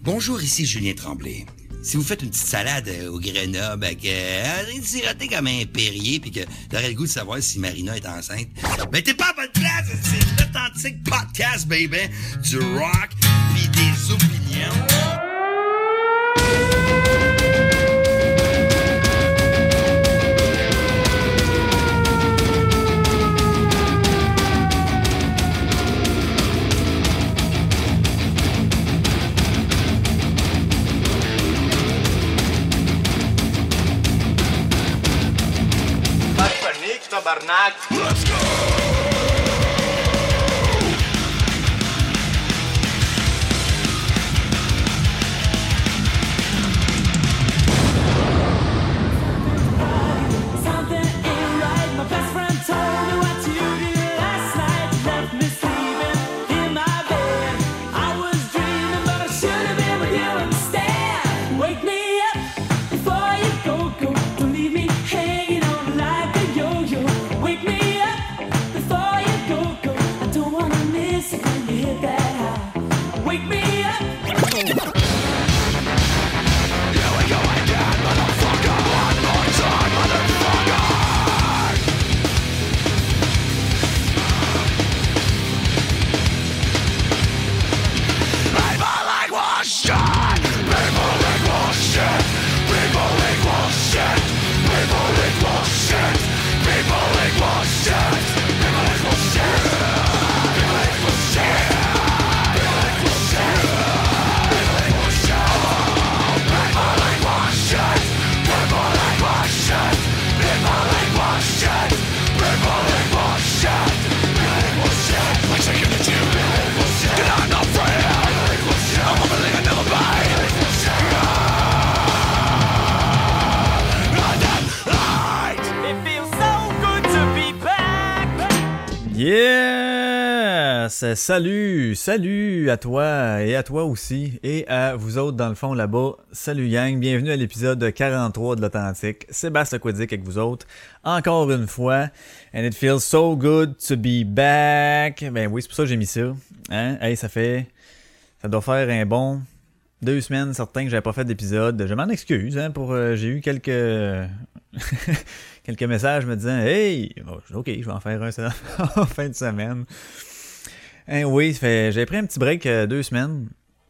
Bonjour, ici Julien Tremblay. Si vous faites une petite salade au Grenoble avec siroté comme un Perrier puis que t'aurais le goût de savoir si Marina est enceinte, ben t'es pas à bonne place, c'est l'authentique podcast, baby, du rock pis des opinions. Tabarnak. Let's go! Yes! Salut à toi et à toi aussi et à vous autres dans le fond là-bas. Salut gang, bienvenue à l'épisode 43 de l'Authentique. Sébastien Lequodic avec vous autres, encore une fois. And it feels so good to be back. Ben oui, c'est pour ça que j'ai mis ça. Hein? Hey, ça doit faire un bon 2 semaines, certain que j'avais pas fait d'épisode. Je m'en excuse, hein, j'ai eu quelques quelques messages me disant « Hey! Ok, je vais en faire un ça en fin de semaine. » Oui, j'ai pris un petit break 2 semaines.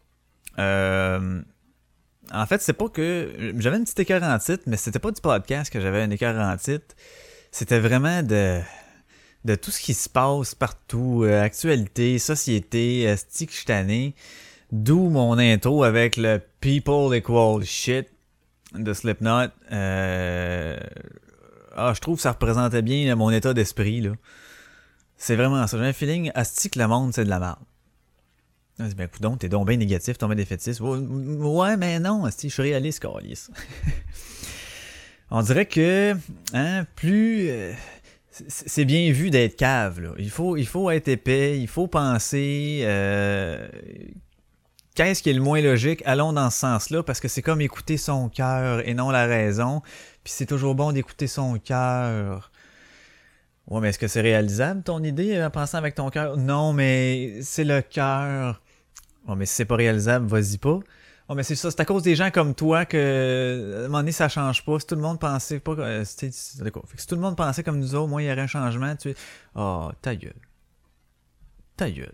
En fait, c'est pas que... J'avais une petite écart en titre, mais c'était pas du podcast que j'avais un écart en titre. C'était vraiment de tout ce qui se passe partout. Actualité, société, stick que je suis tanné. D'où mon intro avec le « People Equal Shit » de Slipknot. Je trouve que ça représentait bien mon état d'esprit, là. C'est vraiment ça. J'ai un feeling asti que le monde, c'est de la merde. Ben, coudonc, t'es donc bien négatif, t'es bien défaitiste. Ouais, mais non, asti, je suis réaliste, câlisse. On dirait que, plus... c'est bien vu d'être cave, là. Il faut être épais, il faut penser... Qu'est-ce qui est le moins logique? Allons dans ce sens-là, parce que c'est comme écouter son cœur et non la raison. Puis c'est toujours bon d'écouter son cœur. Ouais, mais est-ce que c'est réalisable, ton idée, en pensant avec ton cœur? Non, mais c'est le cœur. Ouais, mais si c'est pas réalisable, vas-y pas. Ouais, mais c'est ça, c'est à cause des gens comme toi que, à un moment donné, ça change pas. Si tout le monde pensait pas... Fait que si tout le monde pensait comme nous autres, moi, il y aurait un changement, tu sais... Ta gueule. Ta gueule.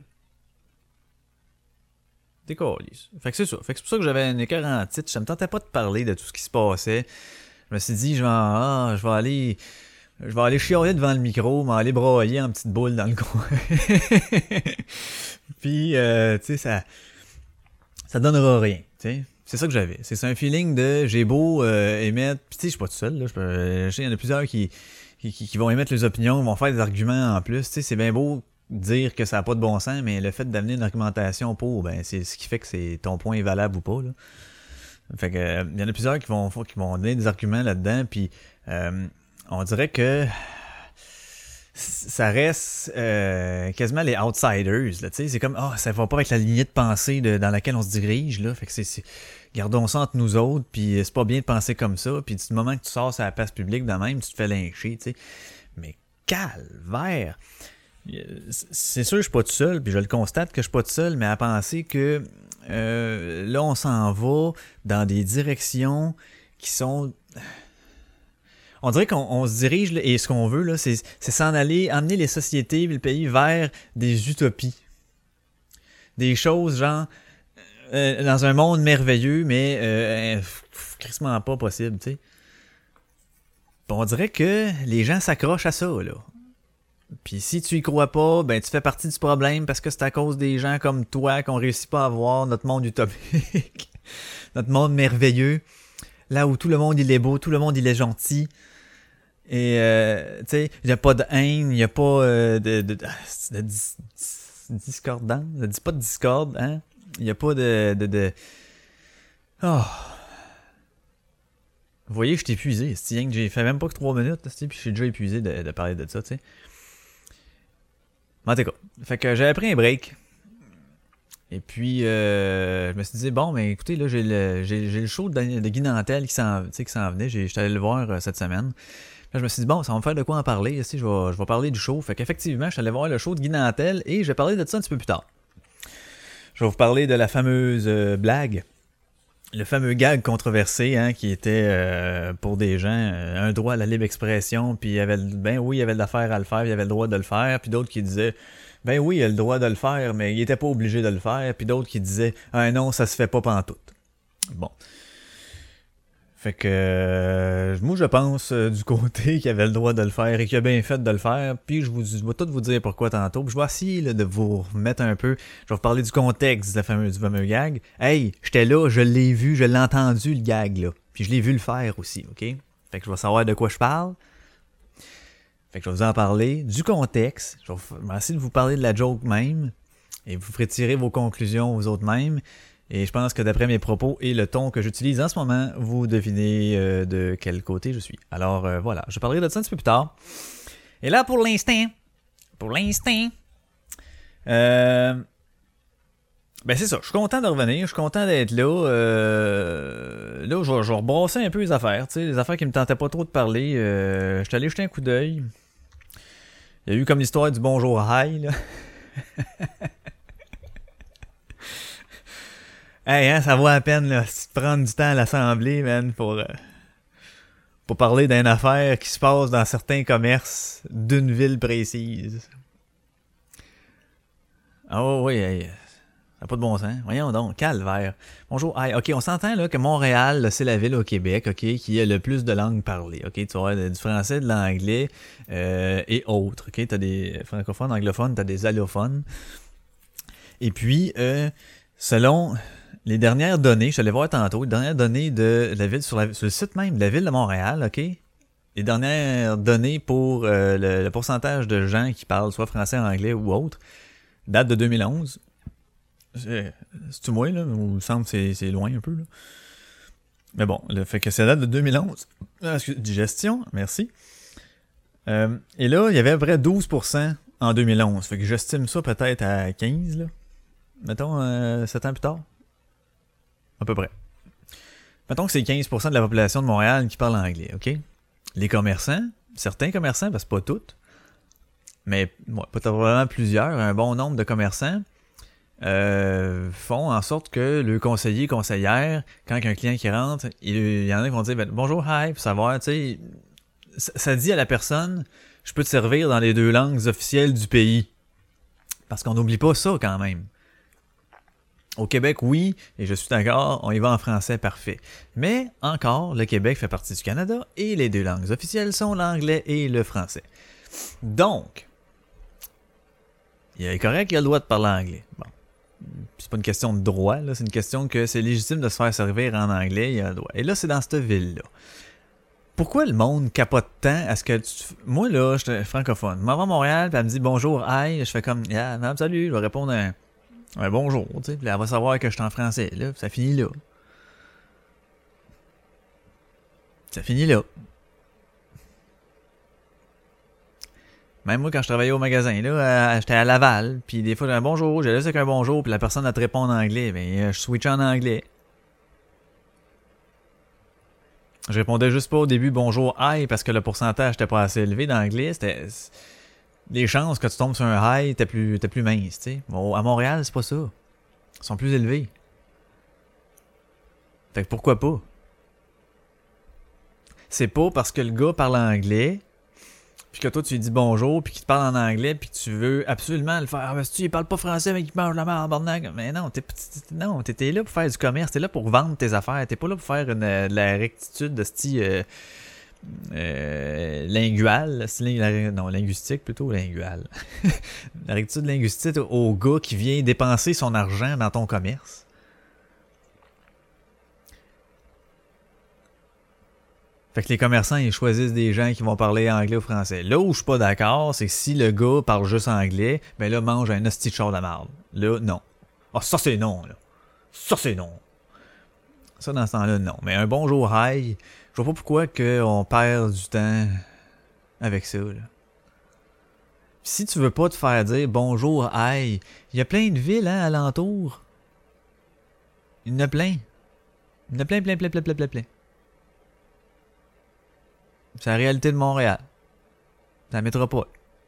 T'es câlisse. Fait que c'est ça. Fait que c'est pour ça que j'avais un écart en titre. Ça me tentait pas de parler de tout ce qui se passait. Je me suis dit, je vais aller chialer devant le micro, m'en aller brailler en petite boule dans le coin. Puis, tu sais, ça donnera rien, tu sais. C'est ça que j'avais. C'est un feeling de, j'ai beau émettre, puis tu sais, je suis pas tout seul, là. Je sais, il y en a plusieurs qui vont émettre les opinions, vont faire des arguments en plus. Tu sais, c'est bien beau dire que ça n'a pas de bon sens, mais le fait d'amener une argumentation pour, ben, c'est ce qui fait que ton point est valable ou pas, là. Fait que il y en a plusieurs qui vont donner des arguments là-dedans, puis on dirait que ça reste quasiment les outsiders, là, tu sais, c'est comme ça va pas avec la lignée de pensée dans laquelle on se dirige, là, fait que c'est gardons ça entre nous autres, puis c'est pas bien de penser comme ça, puis du moment que tu sors sur la place publique de même, tu te fais lyncher, tu sais. Mais calvaire! C'est sûr que je suis pas tout seul, puis je le constate que je suis pas tout seul, mais à penser que là, on s'en va dans des directions qui sont... On dirait qu'on se dirige, là, et ce qu'on veut, là, c'est s'en aller, amener les sociétés et le pays vers des utopies. Des choses genre, dans un monde merveilleux, mais crissement pas possible, tu sais. On dirait que les gens s'accrochent à ça, là. Puis si tu y crois pas, ben tu fais partie du problème parce que c'est à cause des gens comme toi qu'on réussit pas à voir notre monde utopique, notre monde merveilleux, là où tout le monde il est beau, tout le monde il est gentil. Et tu sais, il n'y a pas de haine, il n'y a pas de discordance, ne dis pas de discorde, hein? Il n'y a pas de... Oh. Vous voyez, je t'ai épuisé. C'est j'ai fait même pas que 3 minutes, puis je suis déjà épuisé de parler de ça, tu sais. En tout cas, fait que j'avais pris un break. Et puis, je me suis dit, bon, mais écoutez, là, j'ai le show de Guy Nantel qui s'en venait. J'étais allé le voir cette semaine. Là, je me suis dit, bon, ça va me faire de quoi en parler. Je vais parler du show. Fait qu'effectivement, je suis allé voir le show de Guy Nantel et je vais parler de ça un petit peu plus tard. Je vais vous parler de la fameuse blague. Le fameux gag controversé, hein, qui était pour des gens un droit à la libre expression, puis il y avait de l'affaire à le faire, il y avait le droit de le faire, puis d'autres qui disaient ben oui, il a le droit de le faire, mais il était pas obligé de le faire, puis d'autres qui disaient ah non, ça se fait pas pantoute. Bon. Fait que moi je pense du côté qui avait le droit de le faire et qui a bien fait de le faire, puis je vais tout vous dire pourquoi tantôt, puis je vais essayer là, de vous remettre un peu, je vais vous parler du contexte du fameux gag. Hey, j'étais là, je l'ai vu, je l'ai entendu le gag là, puis je l'ai vu le faire aussi, ok? Fait que je vais savoir de quoi je parle. Fait que je vais vous en parler, du contexte, je vais essayer de vous parler de la joke même, et vous ferez tirer vos conclusions vous autres mêmes. Et je pense que d'après mes propos et le ton que j'utilise en ce moment, vous devinez de quel côté je suis. Alors voilà, je parlerai de ça un petit peu plus tard. Et là, pour l'instant, ben c'est ça, je suis content de revenir, je suis content d'être là. Là, je vais rebrasser un peu les affaires, tu sais, les affaires qui me tentaient pas trop de parler. Je suis allé jeter un coup d'œil. Il y a eu comme l'histoire du bonjour hi, là. Hey, hein, ça vaut la peine, là, de prendre du temps à l'assemblée, man, pour parler d'une affaire qui se passe dans certains commerces d'une ville précise. Ah oui, hey, ça n'a pas de bon sens. Voyons donc, calvaire. Bonjour, hey, ok, on s'entend là que Montréal, là, c'est la ville au Québec, ok, qui a le plus de langues parlées, ok. Tu vas avoir du français, de l'anglais et autres, ok. T'as des francophones, anglophones, t'as des allophones. Et puis, selon les dernières données, je suis allé voir tantôt, les dernières données de la ville, sur le site même de la ville de Montréal, ok? Les dernières données pour le pourcentage de gens qui parlent soit français, anglais ou autre, date de 2011. C'est-tu moi, là? Il me semble que c'est loin un peu, là. Mais bon, le fait que ça date de 2011. Digestion, merci. Et là, il y avait à peu près 12% en 2011. Fait que j'estime ça peut-être à 15, là. Mettons 7 ans plus tard. À peu près. Mettons que c'est 15% de la population de Montréal qui parle anglais, ok? Les commerçants, certains commerçants, parce que pas toutes, mais bon, probablement plusieurs, un bon nombre de commerçants font en sorte que le conseiller, conseillère, quand un client qui rentre, il y en a qui vont dire bonjour, hi, pour savoir, tu sais, ça dit à la personne, je peux te servir dans les 2 langues officielles du pays. Parce qu'on n'oublie pas ça quand même. Au Québec, oui, et je suis d'accord, on y va en français, parfait. Mais encore, le Québec fait partie du Canada et les 2 langues officielles sont l'anglais et le français. Donc, il est correct qu'il a le droit de parler anglais. Bon, c'est pas une question de droit, là, c'est une question que c'est légitime de se faire servir en anglais, il a le droit. Et là, c'est dans cette ville-là. Pourquoi le monde capote tant à ce que moi, là, je suis francophone. Je m'en vais à Montréal, puis elle me dit bonjour, hi, je fais comme, yeah, non, salut, je vais répondre à un bonjour, tu sais, puis elle va savoir que je suis en français, là, ça finit là. Ça finit là. Même moi, quand je travaillais au magasin, là, j'étais à Laval, puis des fois, j'ai un bonjour, j'ai laissé avec un bonjour, puis la personne, elle te répond en anglais, ben, je switch en anglais. Je répondais juste pas au début bonjour, hi, parce que le pourcentage était pas assez élevé d'anglais, c'était... Les chances que tu tombes sur un high, t'es plus mince, tu sais. Bon, à Montréal, c'est pas ça. Ils sont plus élevés. Fait que pourquoi pas? C'est pas parce que le gars parle anglais, puis que toi tu lui dis bonjour, puis qu'il te parle en anglais, puis que tu veux absolument le faire. Ah, ben, si tu il parle pas français, mais qu'il mange la merde, barnac. Mais non, t'étais là pour faire du commerce, t'es là pour vendre tes affaires, t'es pas là pour faire de la rectitude de style lingual, non, linguistique plutôt, lingual. La rectitude linguistique au gars qui vient dépenser son argent dans ton commerce. Fait que les commerçants, ils choisissent des gens qui vont parler anglais ou français. Là où je suis pas d'accord, c'est que si le gars parle juste anglais, ben là, mange un hostie de char de marde. Là, non. Ah, ça c'est non, là. Ça c'est non. Ça, dans ce temps-là, non. Mais un bonjour, hi, je vois pas pourquoi on perd du temps avec ça, là. Si tu veux pas te faire dire bonjour, hi, il y a plein de villes, hein, alentour. Il y en a plein. Il y en a plein. C'est la réalité de Montréal. C'est la métropole.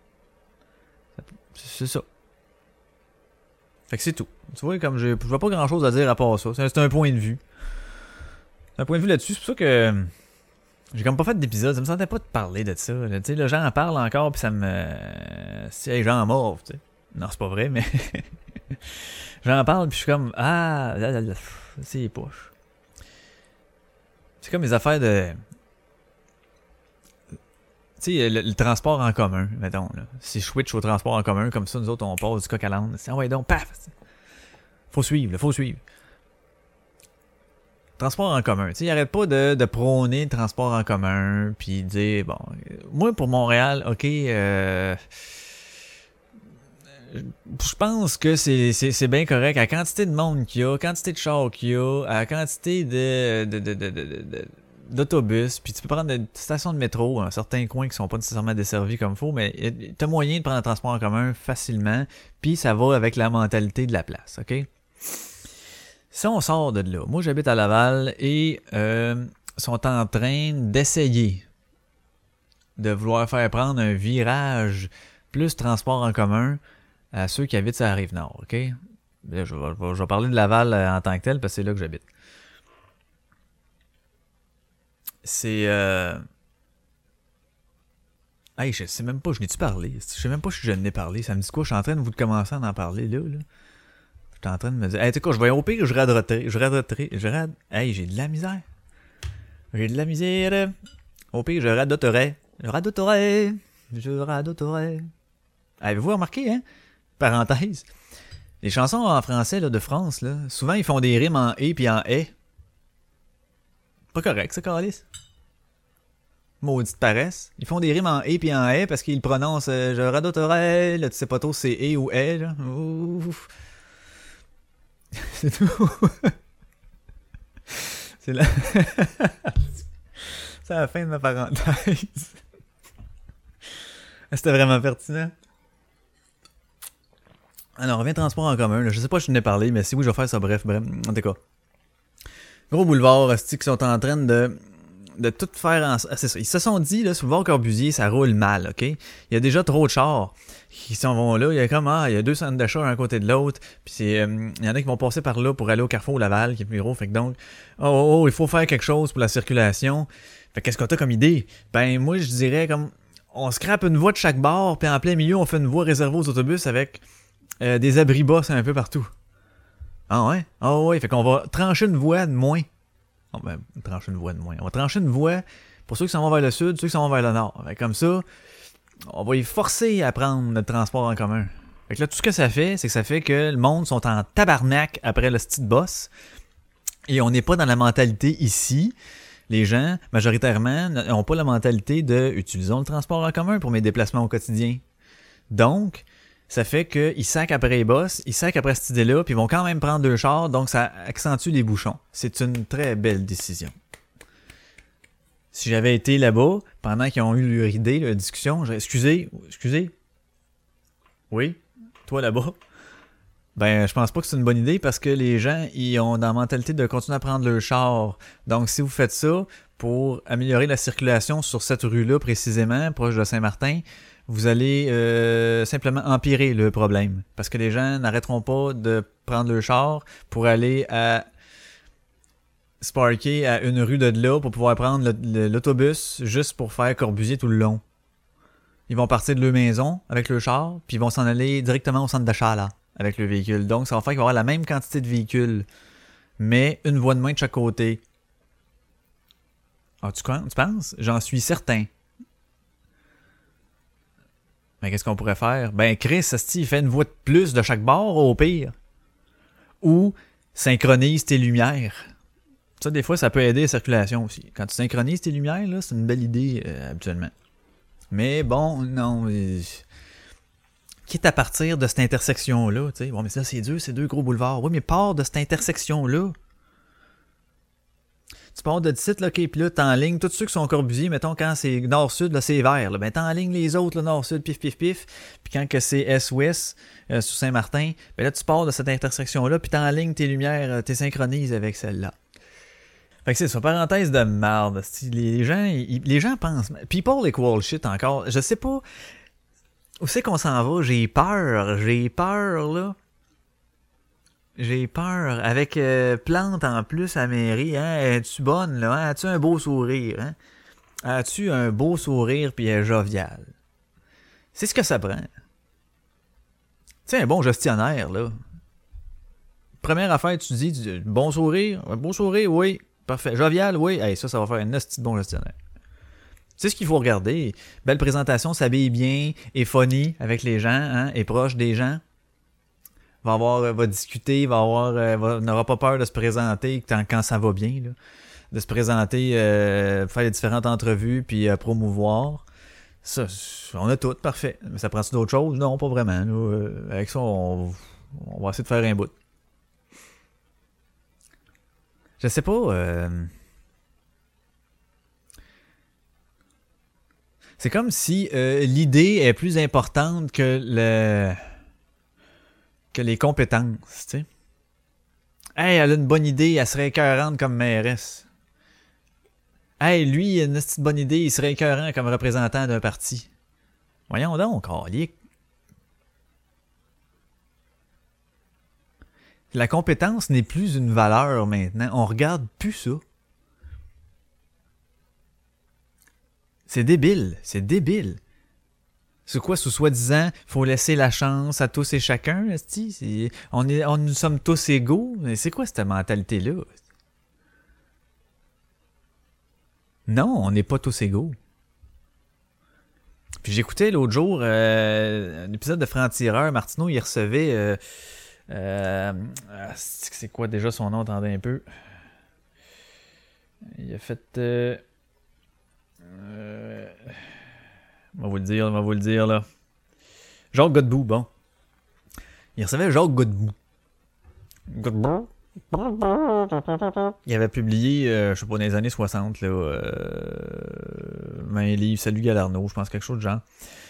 C'est ça. Fait que c'est tout. Tu vois, comme je vois pas grand chose à dire à part ça. C'est un point de vue. C'est un point de vue là-dessus. C'est pour ça que j'ai comme pas fait d'épisode. Ça me sentait pas de parler de ça. Tu sais, le gens en parlent encore, puis ça me. Si les gens en morvent, tu sais. Non, c'est pas vrai, mais. J'en parle, puis je suis comme. Ah, c'est les poches. C'est comme les affaires de. Tu sais, le transport en commun, mettons, là. Si je switch au transport en commun, comme ça, nous autres, on passe du coq à l'âne. Ah ouais, donc, paf! Faut suivre. Transport en commun. Tu sais, il arrête pas de prôner le transport en commun, puis dire, bon, moi, pour Montréal, OK, je pense que c'est bien correct. À la quantité de monde qu'il y a, quantité de chars qu'il y a, à la quantité d'autobus, puis tu peux prendre des stations de métro, hein, certains coins qui sont pas nécessairement desservis comme il faut, mais t'as moyen de prendre un transport en commun facilement, puis ça va avec la mentalité de la place, OK? Si on sort de là, moi j'habite à Laval et sont en train d'essayer de vouloir faire prendre un virage plus transport en commun à ceux qui habitent sur la Rive-Nord, OK? Là, je vais parler de Laval en tant que tel parce que c'est là que j'habite. C'est hey, je sais même pas, je n'ai-tu parlé? Je sais même pas si je n'ai parlé. Ça me dit quoi? Je suis en train de vous commencer à en parler là. Je suis en train de me dire. Hey, tu sais quoi, je vais au pire, je radoterai. Hey, j'ai de la misère. Au pire, je radoterai. Avez-vous remarqué, hein? Parenthèse. Les chansons en français là, de France, là, souvent ils font des rimes en et puis en est. Pas correct, ça, Calice. Maudite paresse. Ils font des rimes en et puis en est parce qu'ils prononcent je radoterai. Là, tu sais pas trop c'est et ou est. Là. Ouf. C'est tout. C'est la... C'est la fin de ma parenthèse. C'était vraiment pertinent. Alors, on revient transport en commun. Là. Je sais pas si je n'ai parlé, mais si oui, je vais faire ça. Bref. En tout cas. Gros boulevard, qui sont en train de tout faire en... c'est ça. Ils se sont dit, là, sur le boulevard Corbusier, ça roule mal, OK? Il y a déjà trop de chars qui s'en vont là. Il y a comme, il y a 2 centres d'achat un à côté de l'autre. Puis il y en a qui vont passer par là pour aller au Carrefour Laval, qui est plus gros. Fait que donc, il faut faire quelque chose pour la circulation. Fait qu'est-ce que t'as comme idée? Ben, moi, je dirais comme, on scrape une voie de chaque bord, puis en plein milieu, on fait une voie réservée aux autobus avec des abris bas un peu partout. Ah ouais? Ah ouais, fait qu'on va trancher une voie de moins. On va trancher une voie pour ceux qui s'en vont vers le sud, ceux qui s'en vont vers le nord. Fait comme ça, on va y forcer à prendre notre transport en commun. Fait que là, tout ce que ça fait, c'est que ça fait que le monde sont en tabarnak après le style boss. Et on n'est pas dans la mentalité ici. Les gens, majoritairement, n'ont pas la mentalité de « utilisons le transport en commun pour mes déplacements au quotidien ». Donc, ça fait qu'ils sacent après les boss, ils sacent après cette idée-là, puis ils vont quand même prendre 2 chars, donc ça accentue les bouchons. C'est une très belle décision. Si j'avais été là-bas, pendant qu'ils ont eu leur idée, leur discussion, excusez, oui, toi là-bas, ben je pense pas que c'est une bonne idée parce que les gens, ils ont dans la mentalité de continuer à prendre leur char. Donc si vous faites ça pour améliorer la circulation sur cette rue-là précisément, proche de Saint-Martin, vous allez simplement empirer le problème. Parce que les gens n'arrêteront pas de prendre le char pour aller à se parker à une rue de là pour pouvoir prendre l'autobus juste pour faire Corbusier tout le long. Ils vont partir de leur maison avec le char, puis ils vont s'en aller directement au centre d'achat là, avec le véhicule. Donc, ça va faire qu'il va y avoir la même quantité de véhicules, mais une voie de moins de chaque côté. Ah, tu penses? J'en suis certain. Mais qu'est-ce qu'on pourrait faire? Ben, Chris, il fait une voie de plus de chaque bord, au pire. Ou synchronise tes lumières. Ça, des fois, ça peut aider la circulation aussi. Quand tu synchronises tes lumières, là, c'est une belle idée, habituellement. Mais bon, non. Quitte à partir de cette intersection-là, tu sais. Bon, mais ça, c'est dur, c'est deux gros boulevards. Oui, mais pars de cette intersection-là. Tu pars de site, là, OK, puis là, t'enlignes tous ceux qui sont Corbusier, mettons, quand c'est nord-sud, là, c'est vert, là, ben t'enlignes les autres, là, nord-sud, pif, pif, pif, puis quand que c'est est-ouest, sous Saint-Martin, ben là, tu pars de cette intersection-là, puis t'enlignes tes lumières, t'es synchronises avec celle-là. Fait que c'est ça, parenthèse de merde. Les gens pensent... People equal shit encore. Je sais pas où c'est qu'on s'en va. J'ai peur, là. J'ai peur. Avec Plante en plus à mairie, hein. Es-tu bonne, là? Hein? As-tu un beau sourire, hein? As-tu un beau sourire pis jovial? C'est ce que ça prend. Tu sais, un bon gestionnaire, là. Première affaire, tu dis, bon sourire? Un beau sourire, oui. Parfait. Jovial, oui. Hey, ça va faire un hostie de bon gestionnaire. C'est ce qu'il faut regarder. Belle présentation, s'habille bien, est funny avec les gens, hein, est proche des gens. Va discuter, n'aura pas peur de se présenter quand ça va bien, là. De se présenter, faire les différentes entrevues, puis promouvoir. Ça, on a tout, parfait. Mais ça prend-tu d'autres choses? Non, pas vraiment. Là. Avec ça, on va essayer de faire un bout. Je sais pas. C'est comme si l'idée est plus importante que les compétences, tu sais. Hey, elle a une bonne idée, elle serait écœurante comme mairesse. Hey, lui, il a une petite bonne idée, il serait écœurant comme représentant d'un parti. Voyons donc, calique. La compétence n'est plus une valeur maintenant. On regarde plus ça. C'est débile. C'est débile. C'est quoi, soi-disant, faut laisser la chance à tous et chacun, esti? Nous sommes tous égaux. Mais c'est quoi cette mentalité-là? Non, on n'est pas tous égaux. Puis j'écoutais l'autre jour un épisode de Franc-Tireur. Martineau, il recevait... c'est quoi déjà son nom? Attendez un peu. Il a fait... on va vous le dire, là. Jacques Godbout, bon. Il recevait Jacques Godbout. Il avait publié, je sais pas, dans les années 60, là, un livre, Salut Galarno, je pense, quelque chose de genre.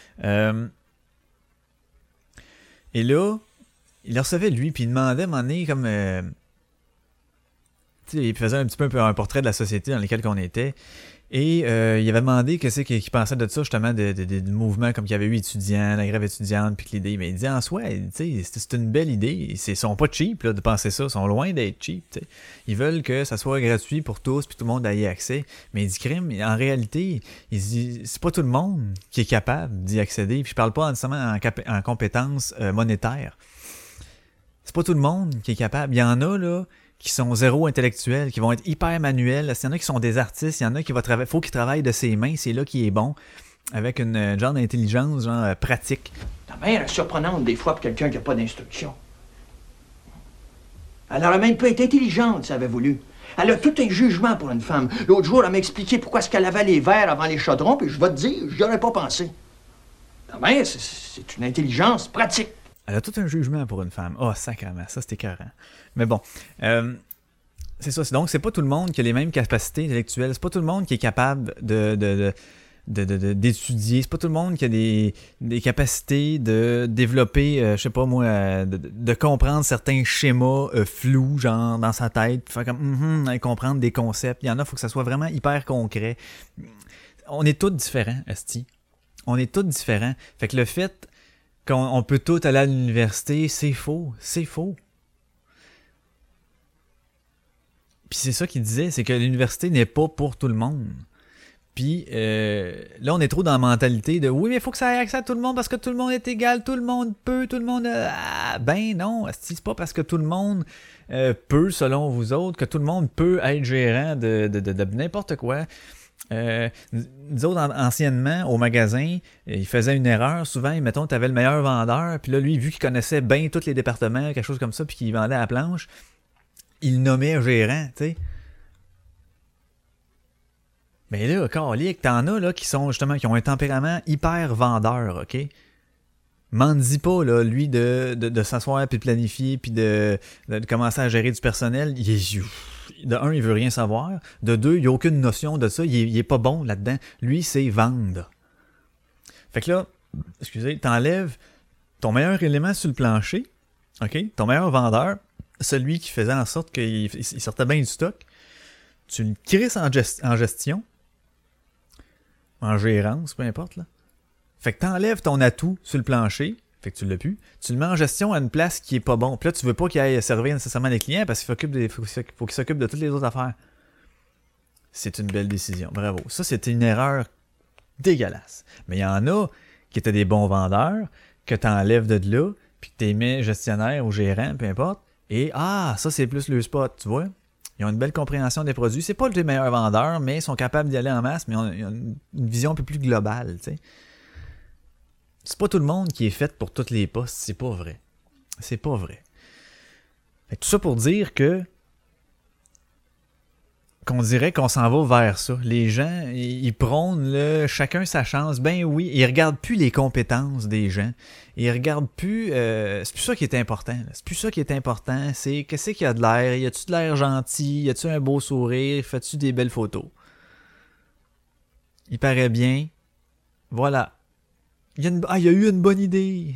Et là, il le recevait, lui, puis il demandait à un moment donné, comme... tu sais, il faisait un petit peu un portrait de la société dans laquelle on était. Et il avait demandé qu'est-ce qu'il pensait de ça, justement, du mouvement comme qu'il y avait eu étudiant, la grève étudiante, puis que l'idée. Mais il dit en soi, tu sais, c'est une belle idée. Ils sont pas cheap là, de penser ça, ils sont loin d'être cheap. T'sais. Ils veulent que ça soit gratuit pour tous, puis tout le monde ait accès. Mais il dit crime, en réalité, il dit c'est pas tout le monde qui est capable d'y accéder. Puis je parle pas nécessairement en compétences monétaires. C'est pas tout le monde qui est capable. Il y en a là qui sont zéro intellectuels, qui vont être hyper manuels. Il y en a qui sont des artistes, il y en a qui faut qu'ils travaillent de ses mains, c'est là qui est bon, avec une genre d'intelligence, genre pratique. Ta mère est surprenante des fois pour quelqu'un qui n'a pas d'instruction. Elle aurait même pas été intelligente si elle avait voulu. Elle a tout un jugement pour une femme. L'autre jour, elle m'a expliqué pourquoi est-ce qu'elle avait les verres avant les chaudrons, puis je vais te dire, j'y aurais pas pensé. Ta mère, c'est une intelligence pratique. Elle a tout un jugement pour une femme. Oh, sacrément, ça c'était écœurant. Mais bon, c'est ça. Donc, c'est pas tout le monde qui a les mêmes capacités intellectuelles. C'est pas tout le monde qui est capable d'étudier. C'est pas tout le monde qui a des capacités de développer, je sais pas moi, de comprendre certains schémas flous, genre dans sa tête, faire comme comprendre des concepts. Il y en a, il faut que ça soit vraiment hyper concret. On est tous différents, esti. On est tous différents. Fait que le fait qu'on peut tous aller à l'université, c'est faux. C'est faux. Puis c'est ça qu'il disait, c'est que l'université n'est pas pour tout le monde. Puis là, on est trop dans la mentalité de oui, mais il faut que ça ait accès à tout le monde parce que tout le monde est égal, tout le monde peut, tout le monde. Ben non, c'est pas parce que tout le monde peut, selon vous autres, que tout le monde peut être gérant de n'importe quoi. Nous autres, anciennement, au magasin, ils faisaient une erreur. Souvent, mettons, tu avais le meilleur vendeur, puis là, lui, vu qu'il connaissait bien tous les départements, quelque chose comme ça, puis qu'il vendait à la planche, il le nommait gérant, tu sais. Mais là, calique, t'en as là qui sont justement qui ont un tempérament hyper vendeur, ok? M'en dis pas, là, lui, de s'asseoir puis de planifier puis de commencer à gérer du personnel. De un, il veut rien savoir. De deux, il a aucune notion de ça. Il est pas bon là-dedans. Lui, c'est vendre. Fait que là, excusez, t'enlèves ton meilleur élément sur le plancher, ok? Ton meilleur vendeur, celui qui faisait en sorte qu'il sortait bien du stock. Tu le crisses en gestion. En gérance, peu importe, là. Fait que t'enlèves ton atout sur le plancher, fait que tu l'as plus, tu le mets en gestion à une place qui est pas bon. Puis là, tu veux pas qu'il aille servir nécessairement les clients parce qu'il faut qu'il s'occupe de toutes les autres affaires. C'est une belle décision, bravo. Ça, c'était une erreur dégueulasse. Mais il y en a qui étaient des bons vendeurs, que t'enlèves de là, puis que t'es mis gestionnaire ou gérant, peu importe, et ça, c'est plus le spot, tu vois. Ils ont une belle compréhension des produits. C'est pas les meilleurs vendeurs, mais ils sont capables d'y aller en masse, mais ils ont une vision un peu plus globale, tu sais. C'est pas tout le monde qui est fait pour tous les postes, c'est pas vrai. C'est pas vrai. Fait que tout ça pour dire qu'on dirait qu'on s'en va vers ça. Les gens, ils prônent chacun sa chance. Ben oui, ils regardent plus les compétences des gens. Ils regardent plus... c'est plus ça qui est important. Là. C'est plus ça qui est important. C'est qu'est-ce qu'il y a de l'air? Y a-tu de l'air gentil? Y a-tu un beau sourire? Fais-tu des belles photos? Il paraît bien. Voilà. Il y a eu une bonne idée.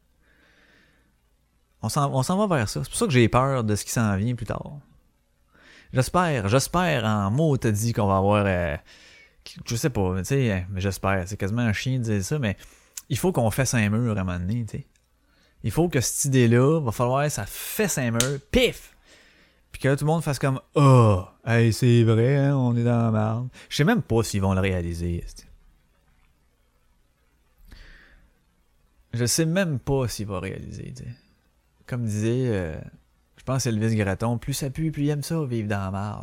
On s'en va vers ça. C'est pour ça que j'ai peur de ce qui s'en vient plus tard. J'espère en mots t'as dit qu'on va avoir je sais pas, tu sais, mais j'espère, c'est quasiment un chien de dire ça, mais il faut qu'on fasse un mur à un moment donné, tu sais. Il faut que cette idée-là, va falloir ça fasse un mur, pif! Puis que là, tout le monde fasse comme hey, c'est vrai, hein, on est dans la merde. Je sais même pas s'ils vont le réaliser. Je sais même pas s'il va réaliser, tu sais. Comme disait je pense que Elvis Gratton, plus ça pue, plus il aime ça, vivre dans la marde.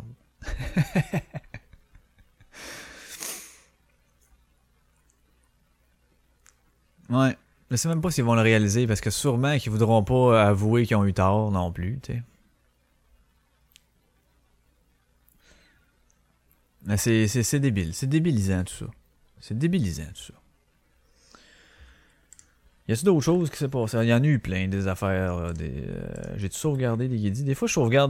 Ouais. Je sais même pas s'ils vont le réaliser, parce que sûrement qu'ils voudront pas avouer qu'ils ont eu tort non plus, tu sais. Mais c'est débile. C'est débilisant, tout ça. C'est débilisant, tout ça. Y a-t-il d'autres choses qui s'est passé? Il y en a eu plein, des affaires. Là, j'ai-tu sauvegardé des guédis? Des fois, je sauvegarde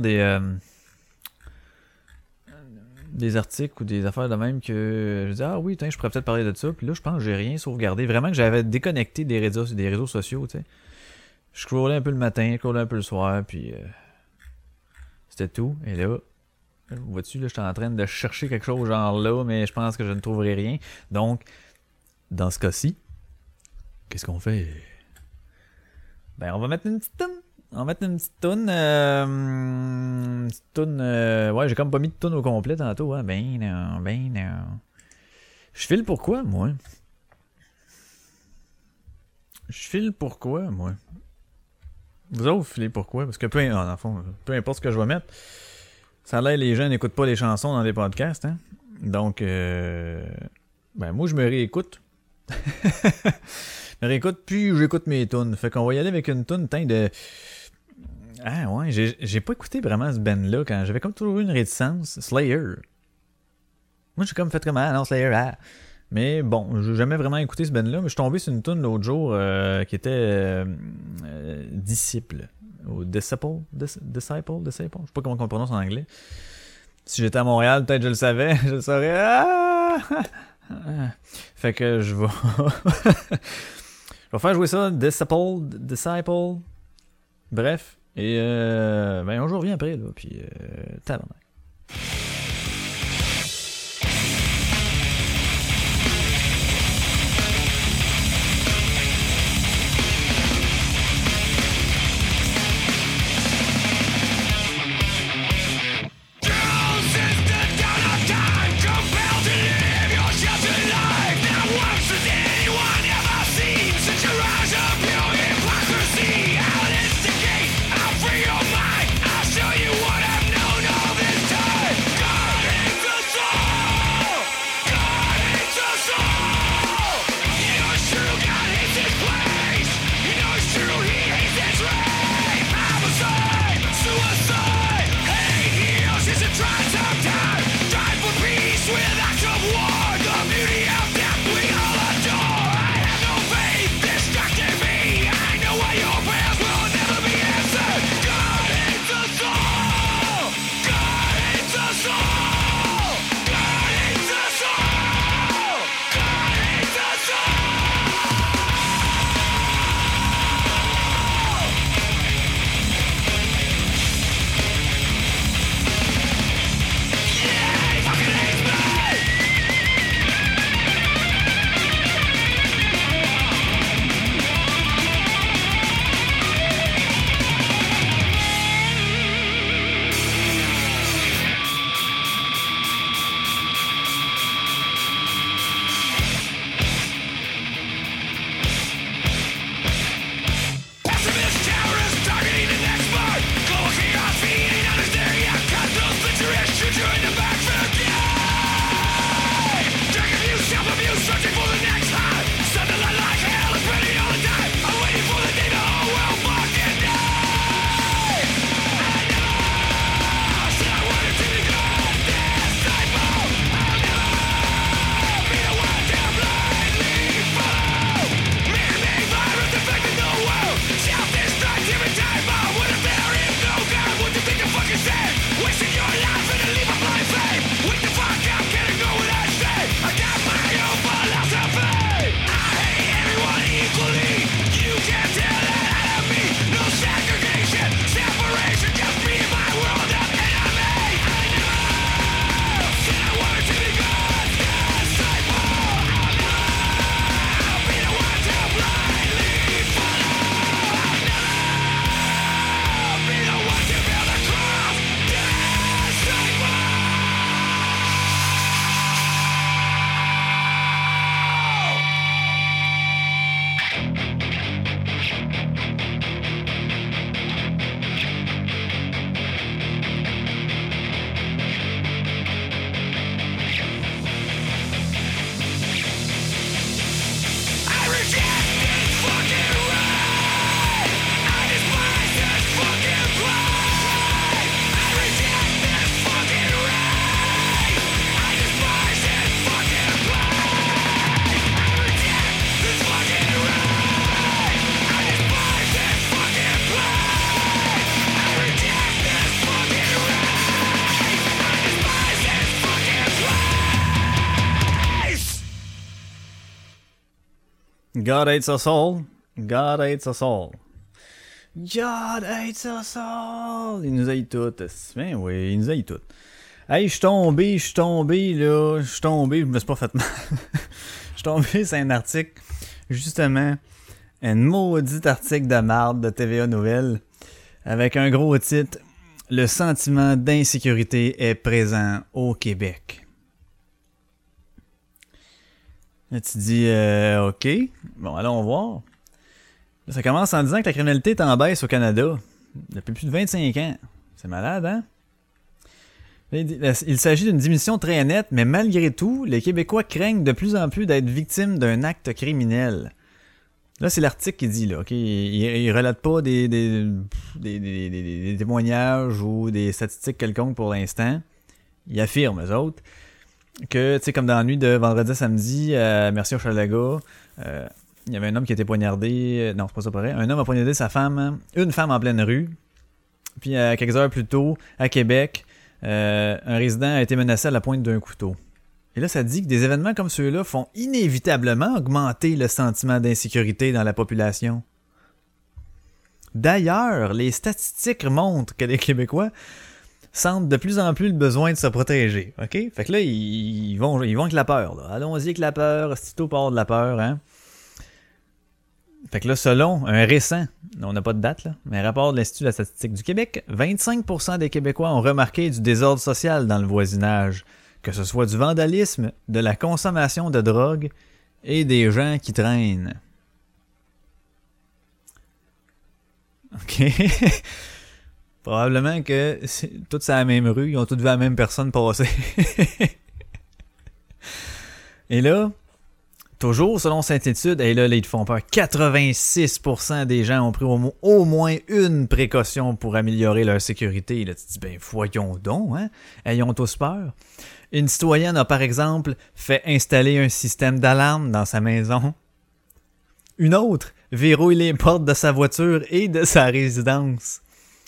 des articles ou des affaires de même que je dis oui, je pourrais peut-être parler de ça. Puis là, je pense que j'ai rien sauvegardé. Vraiment que j'avais déconnecté des réseaux sociaux, tu sais. Je scrollais un peu le matin, je scrollais un peu le soir, puis c'était tout. Et là, vois-tu, là, j'étais en train de chercher quelque chose genre là, mais je pense que je ne trouverai rien. Donc, dans ce cas-ci, qu'est-ce qu'on fait? Ben, on va mettre une petite toune. On va mettre une petite toune. Ouais, j'ai comme pas mis de toune au complet tantôt. Hein. Ben non. Je file pourquoi, moi? Vous autres, filez pourquoi? Parce que dans le fond, peu importe ce que je vais mettre, ça a l'air les gens n'écoutent pas les chansons dans des podcasts. Hein? Donc, moi, je me réécoute. Puis j'écoute mes tunes. Fait qu'on va y aller avec une tune de... Ah ouais, j'ai pas écouté vraiment ce band-là quand j'avais comme toujours eu une réticence. Slayer. Moi j'ai comme fait comme non Slayer. Mais bon, j'ai jamais vraiment écouté ce band-là, mais je suis tombé sur une tune l'autre jour qui était Disciple. Ou Disciple. Je sais pas comment on prononce en anglais. Si j'étais à Montréal, peut-être je le savais. Je le saurais. Fait que je vais faire jouer ça, Disciple. Bref. Et on joue revient après, là. Puis tabarnak. Yeah! God hates us all. God hates us all. God hates us all. Il nous haït toutes. Ben oui, il nous haït toutes. Hey, je suis tombé, là. Je me suis pas fait mal. Je suis tombé sur un article, justement, un maudit article de marde de TVA Nouvelles, avec un gros titre. Le sentiment d'insécurité est présent au Québec. Là, tu dis, OK. Bon, allons voir. Là, ça commence en disant que la criminalité est en baisse au Canada depuis plus de 25 ans. C'est malade, hein? Il s'agit d'une diminution très nette, mais malgré tout, les Québécois craignent de plus en plus d'être victimes d'un acte criminel. Là, c'est l'article qui dit, là, OK? Il relate pas des témoignages ou des statistiques quelconques pour l'instant. Il affirme, eux autres, que, tu sais, comme dans la nuit de vendredi à samedi, à Mercier-Hochelaga, il y avait un homme qui a été poignardé. Non, c'est pas ça pareil. Un homme a poignardé une femme en pleine rue. Puis, quelques heures plus tôt, à Québec, un résident a été menacé à la pointe d'un couteau. Et là, ça dit que des événements comme ceux-là font inévitablement augmenter le sentiment d'insécurité dans la population. D'ailleurs, les statistiques montrent que les Québécois sentent de plus en plus le besoin de se protéger. OK? Fait que là, ils vont avec la peur. Là. Allons-y avec la peur. Sitôt part de la peur, hein? Fait que là, selon un récent, on n'a pas de date, là, mais un rapport de l'Institut de la statistique du Québec, 25% des Québécois ont remarqué du désordre social dans le voisinage, que ce soit du vandalisme, de la consommation de drogue et des gens qui traînent. OK. Probablement que toutes c'est la même rue, ils ont toutes vu la même personne passer. Et là, toujours selon cette étude, et là, ils te font peur, 86% des gens ont pris au moins une précaution pour améliorer leur sécurité. Là, tu te dis, ben voyons donc, hein? Ayons tous peur. Une citoyenne a par exemple fait installer un système d'alarme dans sa maison. Une autre verrouille les portes de sa voiture et de sa résidence.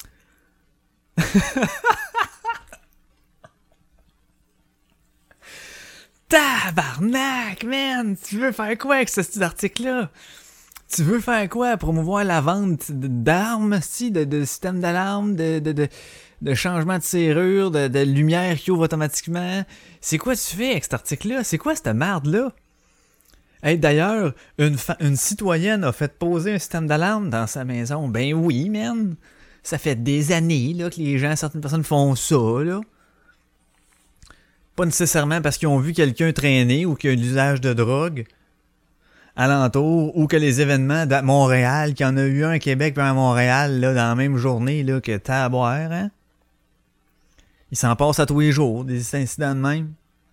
Tabarnak, man! Tu veux faire quoi avec ce style d'article-là? Tu veux faire quoi? Promouvoir la vente d'armes, de systèmes d'alarme, de changement de serrure, de lumière qui ouvre automatiquement? C'est quoi tu fais avec cet article-là? C'est quoi cette merde-là? Hey, d'ailleurs, une citoyenne a fait poser un système d'alarme dans sa maison. Ben oui, man! Ça fait des années là, que certaines personnes font ça, là. Pas nécessairement parce qu'ils ont vu quelqu'un traîner ou qu'il y a l'usage de drogue alentour, ou que les événements de Montréal, qu'il y en a eu un à Québec puis un à Montréal, là, dans la même journée, là, que t'as à boire, hein? Ils s'en passent à tous les jours, des incidents de même.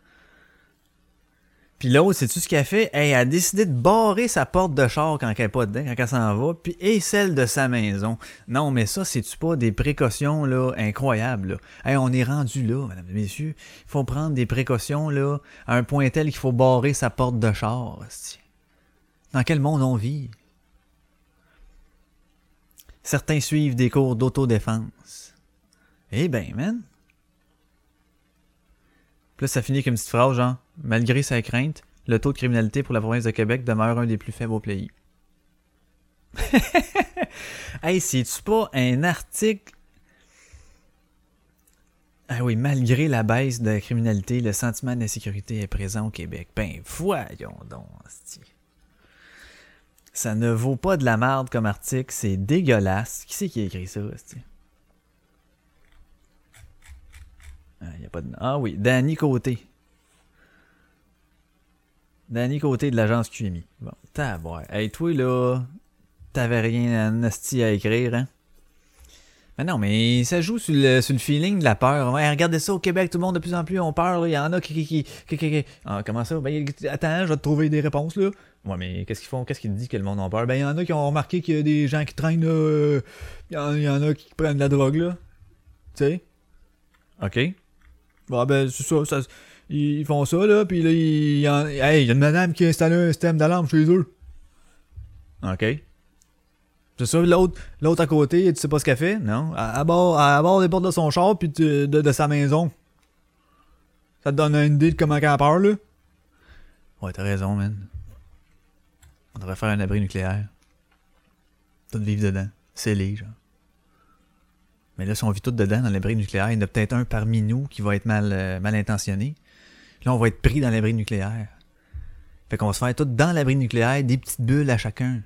Puis l'autre, sais-tu ce qu'elle a fait? Elle a décidé de barrer sa porte de char quand elle n'est pas dedans, quand elle s'en va, puis et celle de sa maison. Non, mais ça, c'est-tu pas des précautions là incroyables? Là? Hey, on est rendu là, mesdames et messieurs. Il faut prendre des précautions là à un point tel qu'il faut barrer sa porte de char. Dans quel monde on vit? Certains suivent des cours d'autodéfense. Eh ben, man! Puis là, ça finit avec une petite phrase genre « Malgré sa crainte, le taux de criminalité pour la province de Québec demeure un des plus faibles au pays. » Hey, c'est-tu pas un article? Ah oui, malgré la baisse de la criminalité, le sentiment d'insécurité est présent au Québec. Ben, voyons donc, hostie. Ça ne vaut pas de la merde comme article, c'est dégueulasse. Qui c'est qui a écrit ça, hostie? Y a pas de... Ah oui, Danny Côté. Danny Côté de l'agence QMI. Bon, taboire. Hey, toi, là, t'avais rien à hostie à écrire, hein? Mais non, mais ça joue sur le feeling de la peur. Ouais, regardez ça au Québec, tout le monde de plus en plus ont peur. Il y en a qui... Ah, comment ça? Ben, attends, je vais te trouver des réponses, là. Ouais, mais qu'est-ce qu'ils font? Qu'est-ce qu'ils disent que le monde a peur? Ben, il y en a qui ont remarqué qu'il y a des gens qui traînent, là. Il y en a qui prennent de la drogue, là. Tu sais? OK. Bon, ben, c'est ça, ils font ça, là, pis là, il y a une madame qui a installé un système d'alarme chez eux. OK. C'est ça, l'autre à côté, tu sais pas ce qu'elle fait? Non. À bord des portes de son char, pis de sa maison. Ça te donne une idée de comment qu'elle a peur, là? Ouais, t'as raison, man. On devrait faire un abri nucléaire. Tout vivre dedans. Scellé, genre. Mais là, si on vit tout dedans dans l'abri nucléaire, il y en a peut-être un parmi nous qui va être mal intentionné. Là, on va être pris dans l'abri nucléaire. Fait qu'on va se faire tout dans l'abri nucléaire, des petites bulles à chacun.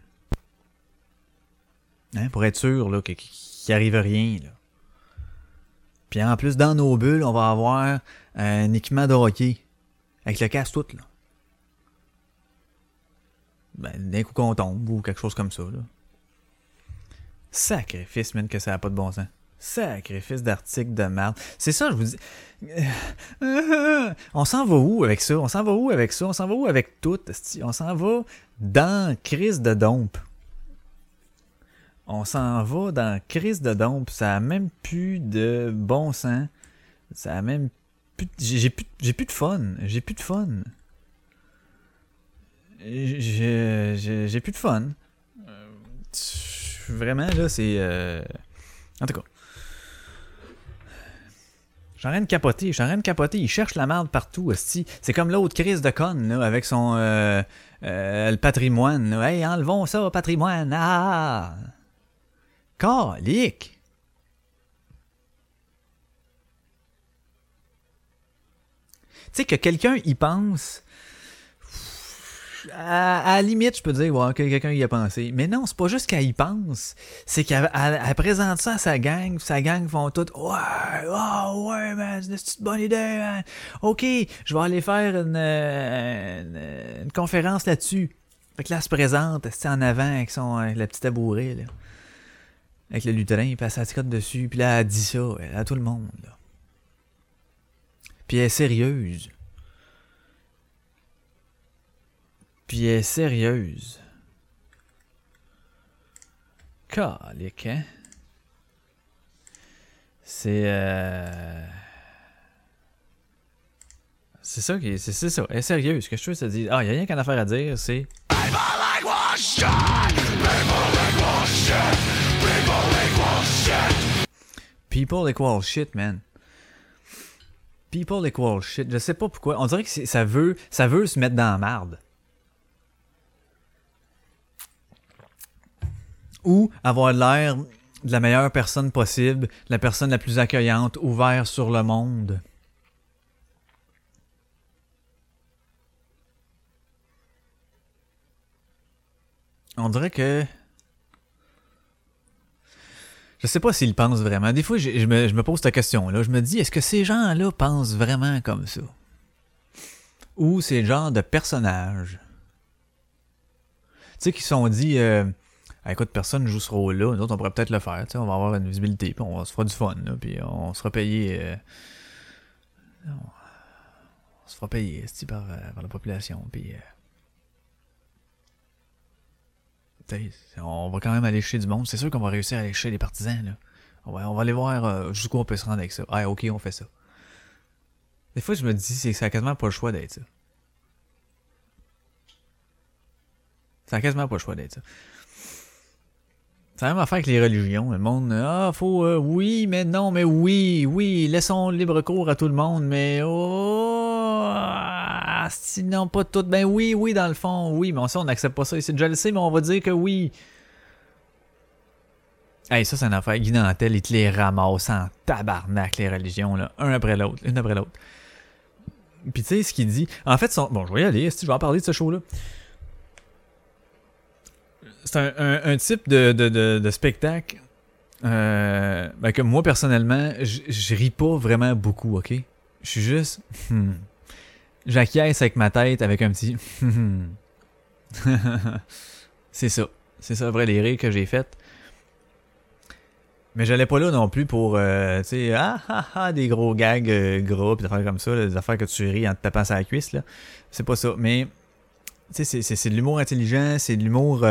Hein, pour être sûr là, qu'il arrive rien. Là. Puis en plus, dans nos bulles, on va avoir un équipement de hockey. Avec le casque tout, là. Ben, d'un coup qu'on tombe ou quelque chose comme ça, là. Sacrifice, man, que ça n'a pas de bon sens. Sacrifice d'articles de merde. C'est ça, je vous dis. On s'en va où avec ça? On s'en va où avec ça? On s'en va où avec tout? On s'en va dans crise de dompe. On s'en va dans crise de dompe. Ça a même plus de bon sens. Ça a même plus... J'ai plus de fun. J'ai plus de fun. J'ai plus de fun. Vraiment, là, c'est... En tout cas. J'en ai de capoter. Il cherche la merde partout, esti. C'est comme l'autre crise de conne, là, avec son... le patrimoine, là. Hey, enlevons ça, patrimoine. Ah! Calique! Tu sais que quelqu'un y pense... À la limite, je peux dire ouais, que quelqu'un y a pensé. Mais non, c'est pas juste qu'elle y pense. C'est qu'elle présente ça à sa gang. Sa gang font tout ouais, oh, ouais, man, c'est une bonne idée, man. Ok, je vais aller faire une conférence là-dessus. Fait que là, elle se présente, elle se tient en avant avec la petite tabourée, là. Avec le lutrin, puis elle s'atticote dessus, puis là, elle dit ça à tout le monde, là. Puis elle est sérieuse. Puis elle est sérieuse. Calique, hein? C'est ça qui est... C'est ça. Elle est sérieuse. Ce que je veux, c'est dire... Ah, il n'y a rien qu'une affaire à dire, c'est... People equal shit, man. People equal shit. Je sais pas pourquoi. On dirait que ça veut se mettre dans la marde. Ou avoir l'air de la meilleure personne possible, la personne la plus accueillante, ouverte sur le monde. On dirait que... Je sais pas s'ils pensent vraiment. Des fois, je me pose cette question-là. Je me dis, est-ce que ces gens-là pensent vraiment comme ça? Ou c'est le genre de personnages? Tu sais, qui se sont dit... écoute, personne ne joue ce rôle-là. Nous autres, on pourrait peut-être le faire. On va avoir une visibilité, puis on se fera du fun. Là, puis on sera payé... on se fera payer par la population. Puis... on va quand même aller chez du monde. C'est sûr qu'on va réussir à aller chez les partisans. Là. On va aller voir jusqu'où on peut se rendre avec ça. Ah, ok, on fait ça. Des fois, je me dis que ça a quasiment pas le choix d'être ça. Ça a quasiment pas le choix d'être ça. C'est la même affaire avec les religions. Le monde, faut, oui, mais non, mais oui, laissons libre cours à tout le monde, mais sinon pas tout. Ben oui, dans le fond, oui, mais on n'accepte pas ça ici. Je le sais, mais on va dire que oui. Hey, ça, c'est une affaire. Guy Nantel, il te les ramasse en tabarnak, les religions, là, une après l'autre. Puis tu sais, ce qu'il dit... En fait, bon, je vais y aller, je vais en parler de ce show-là. C'est un type de spectacle que moi, personnellement, je ris pas vraiment beaucoup, ok? Je suis juste... J'acquiesce avec ma tête avec un petit... C'est ça. C'est ça, vrai, les rires que j'ai fait. Mais j'allais pas là non plus pour, tu sais, des gros gags gras, pis des affaires comme ça, là, des affaires que tu ris en te tapant sur la cuisse, là. C'est pas ça. Mais, tu sais, c'est de l'humour intelligent, c'est de l'humour...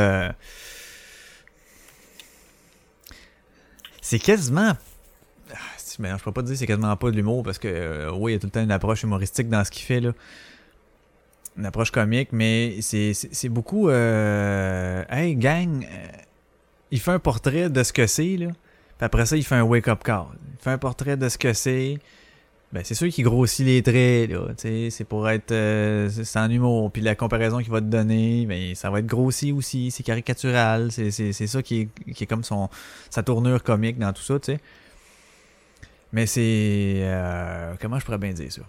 C'est quasiment... Mais je peux pas te dire que c'est quasiment pas de l'humour parce que oui, il y a tout le temps une approche humoristique dans ce qu'il fait là. Une approche comique, mais c'est beaucoup hey gang, il fait un portrait de ce que c'est là. Puis après ça, il fait un wake-up call. Il fait un portrait de ce que c'est. Ben, c'est sûr qu'il grossit les traits, là. Tu sais, c'est pour être. C'est en humour. Puis la comparaison qu'il va te donner, ben, ça va être grossi aussi. C'est caricatural. C'est ça qui est comme sa tournure comique dans tout ça, tu sais. Mais c'est. Comment je pourrais bien dire ça?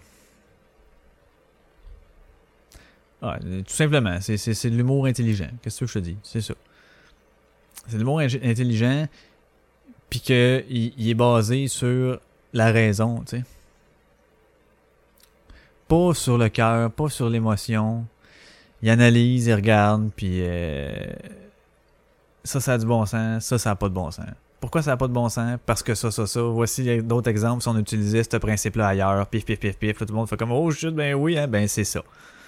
Ah, tout simplement, c'est de l'humour intelligent. Qu'est-ce que je te dis? C'est ça. C'est de l'humour intelligent, puis qu'il est basé sur la raison, tu sais. Pas sur le cœur, pas sur l'émotion. Il analyse, il regarde, puis ça a du bon sens, ça a pas de bon sens. Pourquoi ça a pas de bon sens? Parce que ça. Voici d'autres exemples si on utilisait ce principe-là ailleurs. Pif. Là, tout le monde fait comme « Oh shit, ben oui, hein? » Ben c'est ça.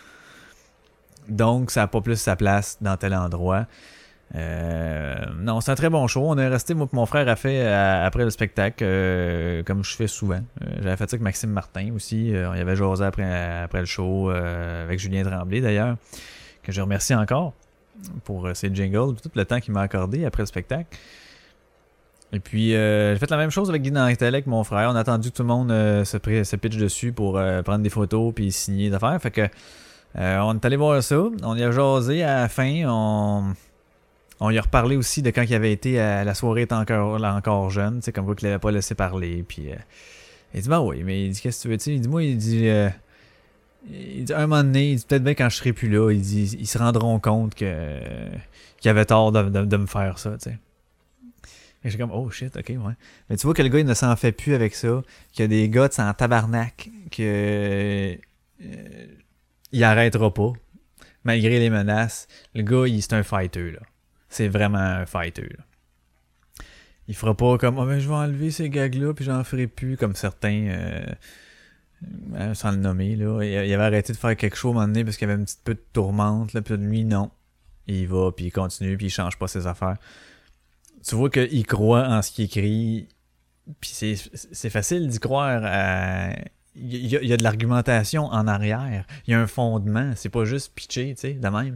Donc, ça n'a pas plus sa place dans tel endroit. Non, c'est un très bon show. On est resté, moi et mon frère a fait après le spectacle, comme je fais souvent. J'avais fait ça avec Maxime Martin aussi. On y avait jasé après le show, avec Julien Tremblay d'ailleurs, que je remercie encore pour ses jingles, tout le temps qu'il m'a accordé après le spectacle. Et puis, j'ai fait la même chose avec Guy Nantel, avec mon frère. On a attendu que tout le monde se pitche dessus pour prendre des photos puis signer des affaires. Fait que on est allé voir ça. On y a jasé à la fin. On y a reparlé aussi de quand il avait été à la soirée encore jeune. Tu sais, comme quoi qu'il l'avait pas laissé parler. Puis, il dit, ben oui, mais il dit, qu'est-ce que tu veux? Tu sais, il dit, un moment donné, il dit, peut-être bien quand je serai plus là, il dit, ils se rendront compte qu'il avait tort de me faire ça, tu sais. Et j'ai comme, oh shit, ok, ouais. Mais tu vois que le gars, il ne s'en fait plus avec ça, qu'il y a des gars, tu sais, en tabarnak, que il arrêtera pas, malgré les menaces. Le gars, c'est un fighter, là. C'est vraiment un fighter, là. Il fera pas comme, oh, mais je vais enlever ces gags-là, puis j'en ferai plus, comme certains, sans le nommer, là. Il avait arrêté de faire quelque chose à un moment donné, parce qu'il y avait un petit peu de tourmente, là, puis lui, non. Il va, puis il continue, puis il change pas ses affaires. Tu vois qu'il croit en ce qu'il écrit, puis c'est facile d'y croire. Il y a de l'argumentation en arrière. Il y a un fondement. C'est pas juste pitché, tu sais, de même.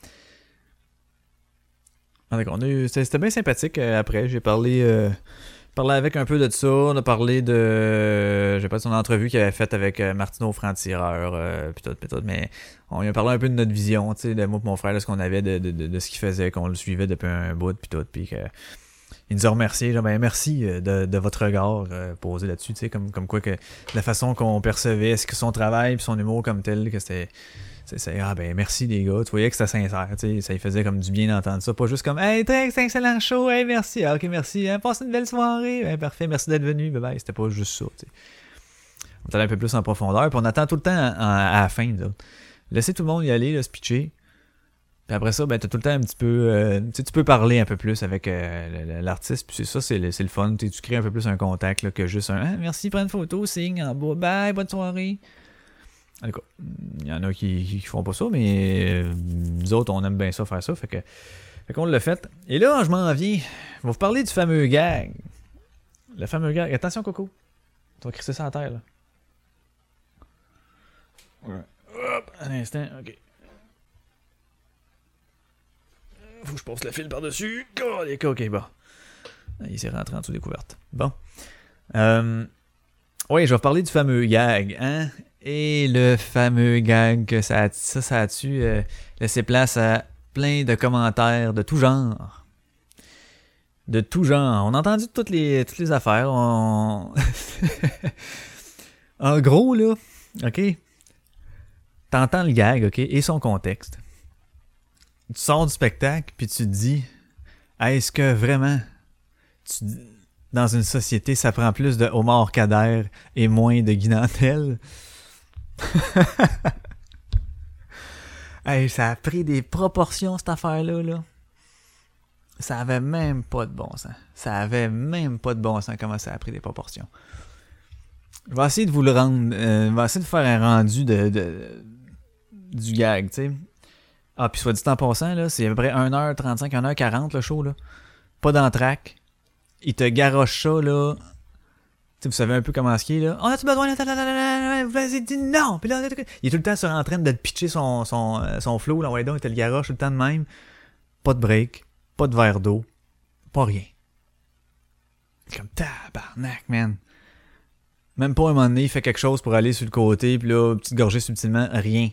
C'était bien sympathique. Après, j'ai parlé avec un peu de ça. On a parlé de... J'ai pas son entrevue qu'il avait faite avec Martineau Franc-Tireur, pis tout, mais on lui a parlé un peu de notre vision, tu sais, de moi et mon frère, de ce qu'on avait, de ce qu'il faisait, qu'on le suivait depuis un bout, pis tout, pis que... Il nous a remercié, genre, ben merci de votre regard posé là-dessus, tu sais, comme quoi que la façon qu'on percevait son travail puis son humour comme tel, que c'était ah ben merci les gars, tu voyais que c'était sincère, tu sais, ça lui faisait comme du bien d'entendre ça, pas juste comme hey très excellent show, hey merci, ah, ok merci, hein, passe une belle soirée, ben, parfait, merci d'être venu, ben, c'était pas juste ça, tu sais. On est allé un peu plus en profondeur, puis on attend tout le temps à la fin, là. Laissez tout le monde y aller, là, se pitcher. Puis après ça, ben t'as tout le temps un petit peu... tu peux parler un peu plus avec l'artiste, puis c'est le fun. Tu crées un peu plus un contact là, que juste un merci, prends une photo, signe en bas, bye, bonne soirée. En tout cas, il y en a qui font pas ça, mais nous autres, on aime bien ça, faire ça. Fait qu'on l'a fait. Et là, je m'en viens. Je vais vous parler du fameux gag. Le fameux gag. Attention, Coco. Tu vas crisser ça à terre, là. Ouais. Hop, un instant, ok. Faut que je passe le fil par-dessus. Ok, bon. Il s'est rentré en dessous des couvertes. Bon. Oui, je vais parler du fameux gag, hein. Et le fameux gag que ça a-tu laissé place à plein de commentaires de tout genre. De tout genre. On a entendu toutes les affaires. En gros, là, ok. T'entends le gag, ok, et son contexte. Tu sors du spectacle, puis tu te dis, est-ce que vraiment, dans une société, ça prend plus de Omar Kader et moins de Guy Nantel? Hey, ça a pris des proportions, cette affaire-là, là. Ça avait même pas de bon sens. Comment ça a pris des proportions. Je vais essayer de vous le rendre. Je vais essayer de faire un rendu du gag, tu sais. Ah, puis soit dit en passant, là, c'est à peu près 1h35, 1h40 le show, là. Pas d'entraque. Il te garoche ça, là. Tu sais, vous savez un peu comment ce qui est, là. On a-tu besoin de... Vous avez dit non! Puis là, il est tout le temps en train de pitcher son flow, là. Ouais, donc, il te le garoche tout le temps de même. Pas de break. Pas de verre d'eau. Pas rien. Comme tabarnak, man. Même pas un moment donné, il fait quelque chose pour aller sur le côté, puis là, petite gorgée subtilement, rien.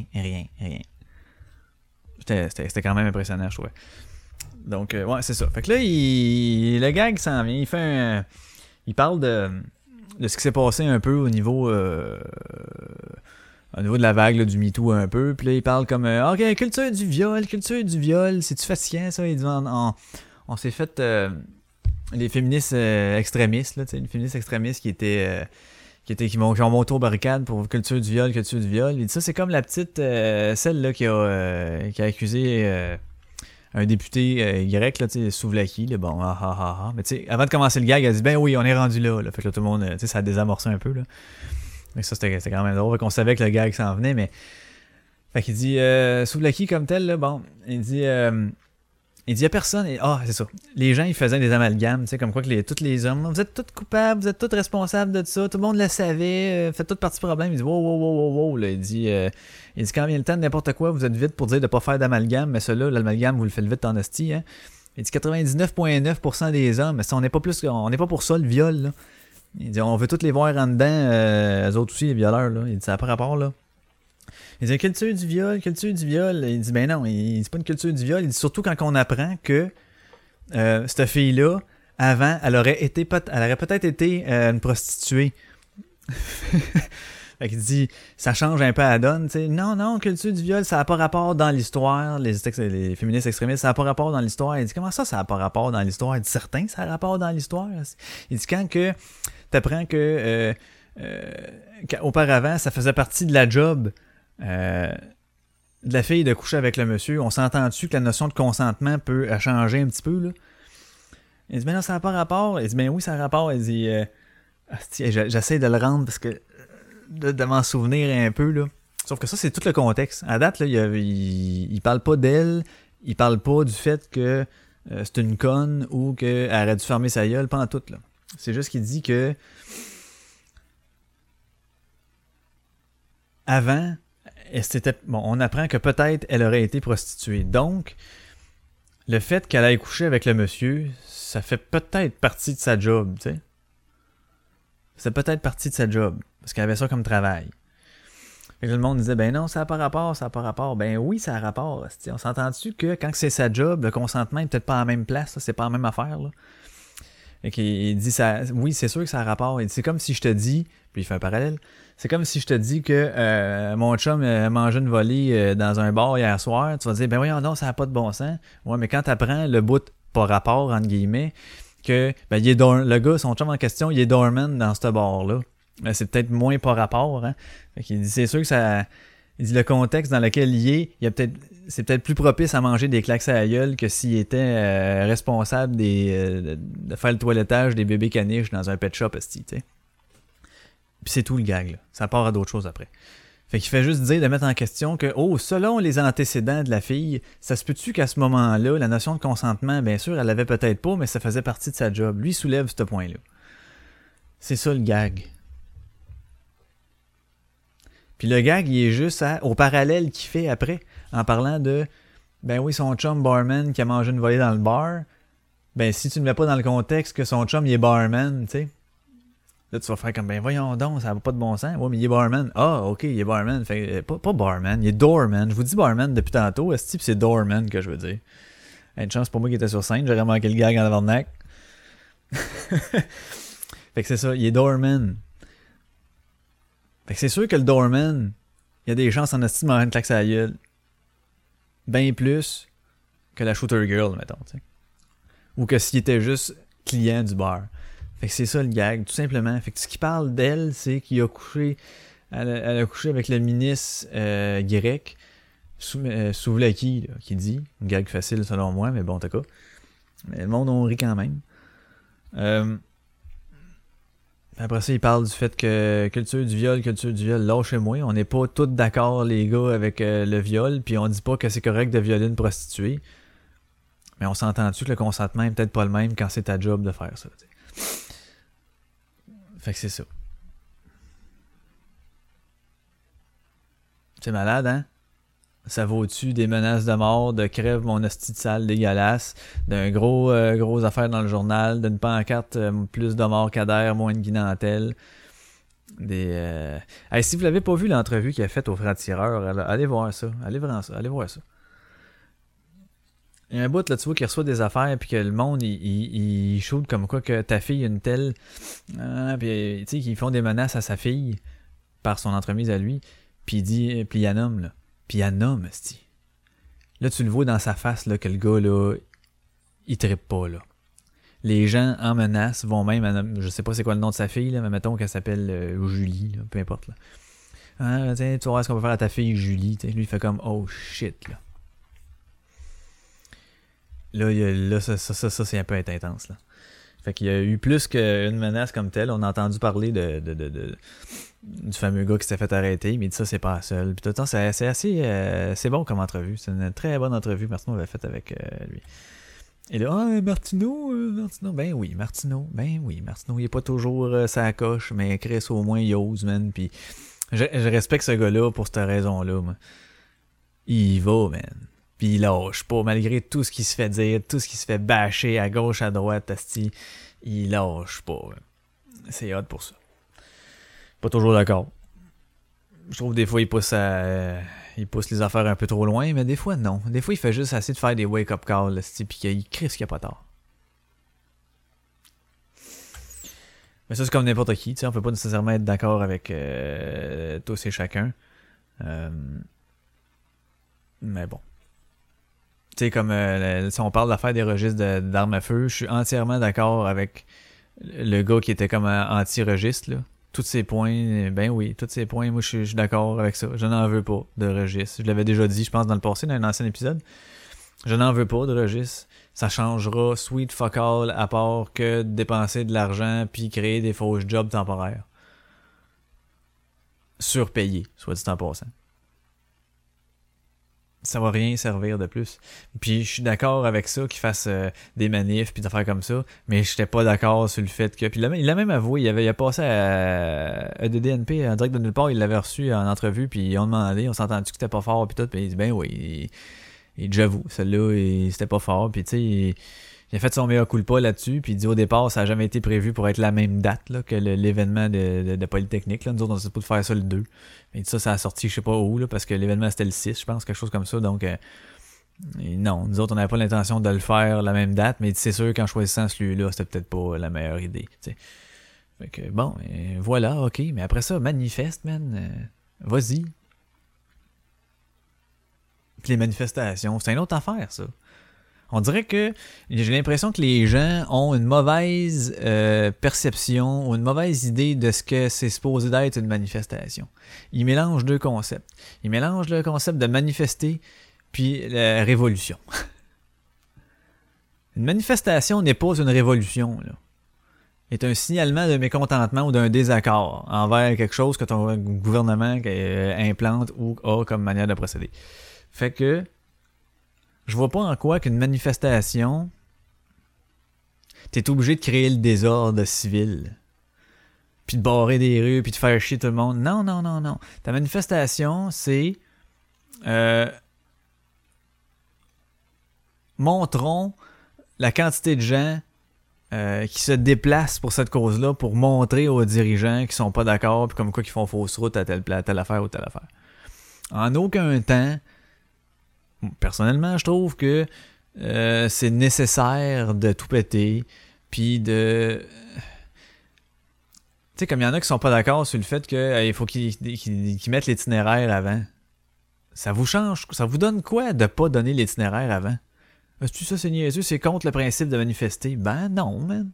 C'était quand même impressionnant, je trouvais. Donc, ouais, c'est ça. Fait que là, le gag s'en vient, il parle de ce qui s'est passé un peu au niveau de la vague là, du MeToo un peu, puis là, il parle comme, ok, culture du viol, c'est-tu fatigant, ça? Il dit, on s'est fait... les féministes extrémistes, là, tu sais, les féministes extrémistes qui ont monté aux barricades pour culture du viol. Il dit ça, c'est comme la petite, celle-là qui a accusé un député grec, là, tu sais, Souvlaki, là, bon, Mais tu sais, avant de commencer le gag, elle dit, ben oui, on est rendu là. Fait que là, tout le monde, tu sais, ça a désamorcé un peu, là. Mais ça, c'était quand même drôle. Fait qu'on savait que le gag s'en venait, mais... Fait qu'il dit, Souvlaki comme tel, là, bon, il dit, il y a personne, c'est ça. Les gens, ils faisaient des amalgames, tu sais, comme quoi que tous les hommes, vous êtes tous coupables, vous êtes tous responsables de ça, tout le monde le savait, faites toute partie du problème. Il dit, wow, là, il dit, quand vient le temps de n'importe quoi, vous êtes vite pour dire de pas faire d'amalgame, mais ça là, l'amalgame, vous le faites vite en hostie, hein. Il dit 99,9% des hommes, mais ça, on n'est pas pour ça, le viol, là. Il dit, on veut tous les voir en dedans, eux autres aussi, les violeurs, là. Il dit, ça n'a pas rapport, là. Il dit culture du viol. Il dit ben non, il dit pas une culture du viol. Il dit surtout quand on apprend que cette fille-là, avant, elle aurait peut-être été une prostituée. Fait qu'il dit, ça change un peu à la donne. T'sais. Non, culture du viol, ça n'a pas rapport dans l'histoire. Les féministes extrémistes, ça n'a pas rapport dans l'histoire. Il dit, comment ça n'a pas rapport dans l'histoire? Il dit, certain, ça a rapport dans l'histoire. Il dit, quand que t'apprends que qu'auparavant, ça faisait partie de la job de la fille de coucher avec le monsieur, on s'entend-tu que la notion de consentement peut changer un petit peu, là? Il dit, ben non, ça n'a pas rapport. Il dit, ben oui, ça a rapport. Il dit, j'essaie de le rendre parce que de m'en souvenir un peu, là. Sauf que ça, c'est tout le contexte. À date, là, il parle pas d'elle, il parle pas du fait que c'est une conne ou qu'elle aurait dû fermer sa gueule, pas en tout, là. C'est juste qu'il dit que avant, on apprend que peut-être elle aurait été prostituée. Donc, le fait qu'elle ait couché avec le monsieur, ça fait peut-être partie de sa job, tu sais. C'est peut-être partie de sa job, parce qu'elle avait ça comme travail. Et le monde disait, ben non, ça n'a pas rapport. Ben oui, ça a rapport. On s'entend-tu que quand c'est sa job, le consentement n'est peut-être pas à la même place, là, c'est pas la même affaire, là. Et qu'il dit ça, oui, c'est sûr que ça a rapport. C'est comme si je te dis, puis il fait un parallèle, c'est comme si je te dis que mon chum a mangé une volée dans un bar hier soir, tu vas dire, ben voyons non, ça n'a pas de bon sens. Ouais, mais quand tu apprends le bout pas rapport, entre guillemets, que ben, le gars, son chum en question, il est doorman dans ce bar-là. Ben, c'est peut-être moins pas rapport, hein. Fait qu'il dit, c'est sûr que ça... Il dit le contexte dans lequel c'est peut-être plus propice à manger des claques à la gueule que s'il était responsable de faire le toilettage des bébés caniches dans un pet shop, tu sais. Puis c'est tout le gag, là. Ça part à d'autres choses après. Fait qu'il fait juste dire de mettre en question que, selon les antécédents de la fille, ça se peut-tu qu'à ce moment-là, la notion de consentement, bien sûr, elle l'avait peut-être pas, mais ça faisait partie de sa job. Lui soulève ce point-là. C'est ça le gag. Puis le gag, il est juste au parallèle qu'il fait après, en parlant de, ben oui, son chum barman qui a mangé une volée dans le bar, ben si tu ne mets pas dans le contexte que son chum, il est barman, tu sais, là, tu vas faire comme, ben voyons donc, ça n'a pas de bon sens. Ouais, mais il est barman. Ah, ok, il est barman. Fait, pas barman, il est doorman. Je vous dis barman depuis tantôt, pis c'est doorman que je veux dire. Une chance pour moi qui était sur scène, j'aurais manqué le gag en tabarnak. Fait que c'est ça, il est doorman. Fait que c'est sûr que le doorman, il y a des chances en esti de manger une claque à la gueule. Ben plus que la shooter girl, mettons, tu sais. Ou que s'il était juste client du bar. Fait que c'est ça le gag, tout simplement. Fait que ce qui parle d'elle, c'est qu'il a couché... Elle a couché avec le ministre grec, Souvlaki, qui dit. Une gag facile selon moi, mais bon, en tout cas. Mais le monde, on rit quand même. Après ça, il parle du fait que culture du viol, lâchez-moi. On n'est pas tous d'accord, les gars, avec le viol, puis on dit pas que c'est correct de violer une prostituée. Mais on s'entend-tu que le consentement est peut-être pas le même quand c'est ta job de faire ça, t'sais. Fait que c'est ça. C'est malade, hein? Ça vaut-tu des menaces de mort, de crève mon hostie de sale dégueulasse, d'un gros affaire dans le journal, d'une pancarte plus de morts qu'à d'air, moins de guinantelle. Hey, si vous l'avez pas vu l'entrevue qu'il a faite au franc-tireur, allez voir ça. Allez voir ça. Il y a un bout là, tu vois, qui reçoit des affaires puis que le monde il shoot comme quoi que ta fille a une telle. Puis tu sais, qu'ils font des menaces à sa fille par son entremise à lui. Puis il dit, puis il y a un homme là. Puis il y a un homme, esti. Là, tu le vois dans sa face là, que le gars là, il trippe pas là. Les gens en menace vont même, je sais pas c'est quoi le nom de sa fille, là, mais mettons qu'elle s'appelle Julie, là, peu importe. Là. Tiens, tu vas voir ce qu'on va faire à ta fille Julie. T'sais. Lui, il fait comme oh shit. Là, ça c'est un peu intense. Là. Fait qu'il y a eu plus qu'une menace comme telle. On a entendu parler du fameux gars qui s'est fait arrêter, mais il dit ça, c'est pas seul. Puis tout le temps, c'est assez c'est bon comme entrevue. C'est une très bonne entrevue que Martineau avait faite avec lui. Et là, Martineau, ben oui, Martineau, il est pas toujours sa coche, mais Chris, au moins, il ose, man, puis je respecte ce gars-là pour cette raison-là, moi. Il y va, man, puis il lâche pas, malgré tout ce qui se fait dire, tout ce qui se fait bâcher à gauche, à droite, asti, il lâche pas, man. C'est hot pour ça. Pas toujours d'accord. Je trouve des fois, il pousse les affaires un peu trop loin, mais des fois, non. Des fois, il fait juste assez de faire des wake-up calls, puis qu'il crie ce qu'il n'y a pas tard. Mais ça, c'est comme n'importe qui, tu sais, on peut pas nécessairement être d'accord avec tous et chacun. Mais bon. Tu sais, comme si on parle d'affaire des registres d'armes à feu, je suis entièrement d'accord avec le gars qui était comme anti-registre, là. Tous ces points, ben oui, tous ces points, moi je suis d'accord avec ça. Je n'en veux pas de registre. Je l'avais déjà dit, je pense, dans le passé, dans un ancien épisode. Je n'en veux pas de registre. Ça changera sweet fuck all à part que de dépenser de l'argent puis créer des fausses jobs temporaires. Surpayés, soit dit en passant. Ça va rien servir de plus. Puis je suis d'accord avec ça, qu'ils fassent des manifs puis des affaires comme ça, mais j'étais pas d'accord sur le fait que... Puis il l'a même avoué, il a passé à EDDNP en direct de nulle part, il l'avait reçu en entrevue, puis ils ont demandé, on s'est entendu que c'était pas fort, puis tout, puis il dit ben oui, j'avoue, celle-là, c'était pas fort, puis tu sais, il a fait son mea culpa là-dessus, puis il dit au départ, ça a jamais été prévu pour être la même date là, que l'événement de Polytechnique. Là. Nous autres, on s'est pas de faire ça le 2. Mais ça a sorti je sais pas où, là, parce que l'événement c'était le 6, je pense, quelque chose comme ça. Donc, non, nous autres, on n'avait pas l'intention de le faire la même date, mais c'est sûr qu'en choisissant celui-là, c'était peut-être pas la meilleure idée. T'sais. Fait que bon, voilà, ok, mais après ça, manifeste, man, vas-y. Puis les manifestations, c'est une autre affaire, ça. On dirait que j'ai l'impression que les gens ont une mauvaise perception ou une mauvaise idée de ce que c'est supposé d'être une manifestation. Ils mélangent deux concepts. Ils mélangent le concept de manifester puis la révolution. Une manifestation n'est pas une révolution, là. C'est un signalement de mécontentement ou d'un désaccord envers quelque chose que ton gouvernement implante ou a comme manière de procéder. Fait que je vois pas en quoi qu'une manifestation, t'es obligé de créer le désordre civil. Puis de barrer des rues, puis de faire chier tout le monde. Non. Ta manifestation, c'est... montrons la quantité de gens qui se déplacent pour cette cause-là pour montrer aux dirigeants qui sont pas d'accord, puis comme quoi qu'ils font fausse route à telle affaire ou telle affaire. En aucun temps... Personnellement, je trouve que c'est nécessaire de tout péter, puis de... Tu sais, comme il y en a qui sont pas d'accord sur le fait qu'il faut qu'ils mettent l'itinéraire avant. Ça vous change, ça vous donne quoi de pas donner l'itinéraire avant? Est-ce que ça, c'est niaiseux, c'est contre le principe de manifester? Ben non, man.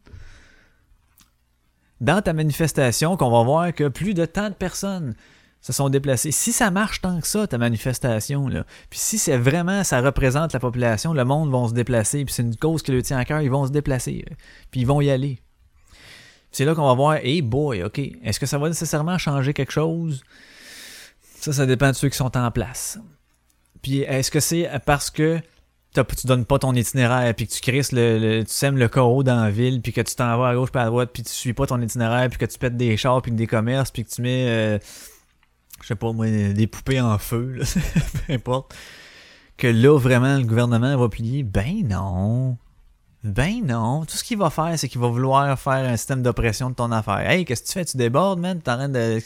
Dans ta manifestation, qu'on va voir que plus de tant de personnes se sont déplacés. Si ça marche tant que ça, ta manifestation, là, puis si c'est vraiment, ça représente la population, le monde va se déplacer, puis c'est une cause qui le tient à cœur, ils vont se déplacer, puis ils vont y aller. Puis c'est là qu'on va voir, hey boy, ok, est-ce que ça va nécessairement changer quelque chose? Ça dépend de ceux qui sont en place. Puis est-ce que c'est parce que tu donnes pas ton itinéraire, puis que tu crisses tu sèmes le coraux dans la ville, puis que tu t'en vas à gauche puis à droite, puis tu suis pas ton itinéraire, puis que tu pètes des chars, puis des commerces, puis que tu mets... je sais pas moi, des poupées en feu, là, peu importe, que là, vraiment, le gouvernement va plier, ben non. Ben non, tout ce qu'il va faire, c'est qu'il va vouloir faire un système d'oppression de ton affaire. Hey, qu'est-ce que tu fais? Tu débordes, man? T'es en train de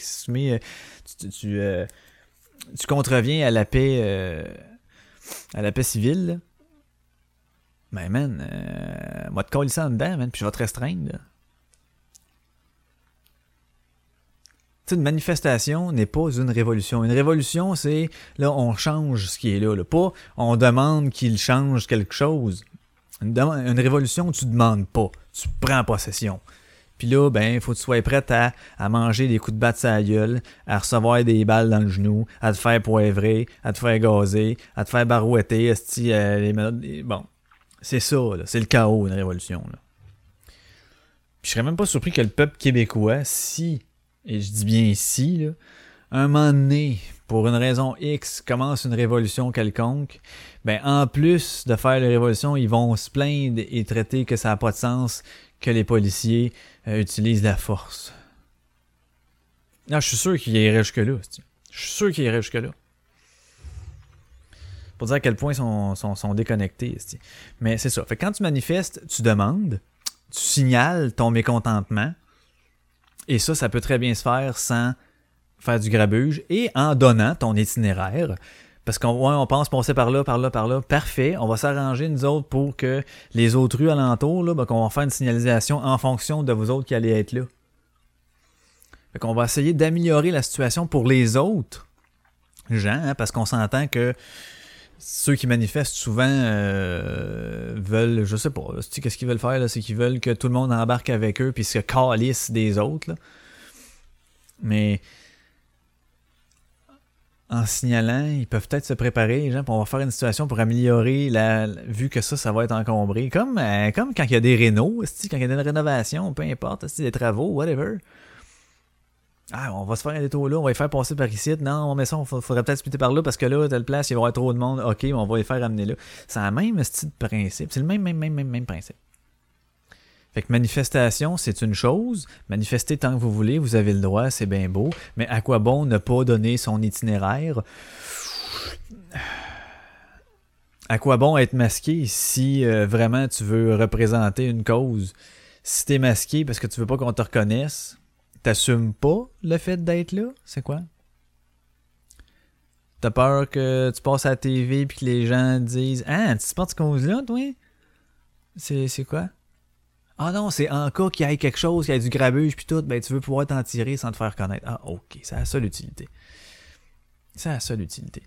tu contreviens à la paix civile, là. Ben man, moi te coller ça en dedans, man, puis je vais te restreindre, là. Tu sais, une manifestation n'est pas une révolution. Une révolution, c'est, là, on change ce qui est là. Pas, on demande qu'il change quelque chose. Une révolution, tu demandes pas. Tu prends possession. Puis là, ben, il faut que tu sois prêt à manger des coups de batte sur la gueule, à recevoir des balles dans le genou, à te faire poivrer, à te faire gazer, à te faire barouetter, bon, c'est ça, là. C'est le chaos, une révolution, là. Puis je serais même pas surpris que le peuple québécois, et je dis bien si, là, un moment donné, pour une raison X, commence une révolution quelconque, ben en plus de faire la révolution, ils vont se plaindre et traiter que ça n'a pas de sens que les policiers utilisent la force. Non, je suis sûr qu'ils iraient jusque-là. Je suis sûr qu'ils iraient jusque-là. Pour dire à quel point ils sont déconnectés. Mais c'est ça. Fait que quand tu manifestes, tu demandes, tu signales ton mécontentement, et ça peut très bien se faire sans faire du grabuge et en donnant ton itinéraire. Parce qu'on pense passer par là. Parfait, on va s'arranger nous autres pour que les autres rues alentours, là, ben, qu'on va faire une signalisation en fonction de vous autres qui allez être là. Fait qu'on va essayer d'améliorer la situation pour les autres gens, hein, parce qu'on s'entend que ceux qui manifestent souvent veulent, je sais pas, qu'est-ce qu'ils veulent faire, là, c'est qu'ils veulent que tout le monde embarque avec eux puis se calisse des autres, là. Mais en signalant, ils peuvent peut-être se préparer, les gens, puis on va faire une situation pour améliorer vu que ça va être encombré. Comme quand il y a des rénaux, quand il y a des rénovations, peu importe, des travaux, whatever. Ah, on va se faire un détour là, on va les faire passer par ici. Non, mais ça, il faudrait peut-être splitter par là parce que là, telle place, il va y avoir trop de monde. Ok, on va les faire amener là. C'est le même style de principe. C'est le même principe. Fait que manifestation, c'est une chose. Manifester tant que vous voulez, vous avez le droit, c'est bien beau. Mais à quoi bon ne pas donner son itinéraire? À quoi bon être masqué si vraiment tu veux représenter une cause? Si t'es masqué parce que tu veux pas qu'on te reconnaisse, t'assumes pas le fait d'être là? C'est quoi? T'as peur que tu passes à la TV puis que les gens disent « Ah, tu supportes cette cause-là, toi? » C'est quoi? Ah non, c'est en cas qu'il y ait quelque chose, qu'il y ait du grabuge puis tout, ben tu veux pouvoir t'en tirer sans te faire connaître. Ah, ok, c'est la seule utilité. C'est la seule utilité.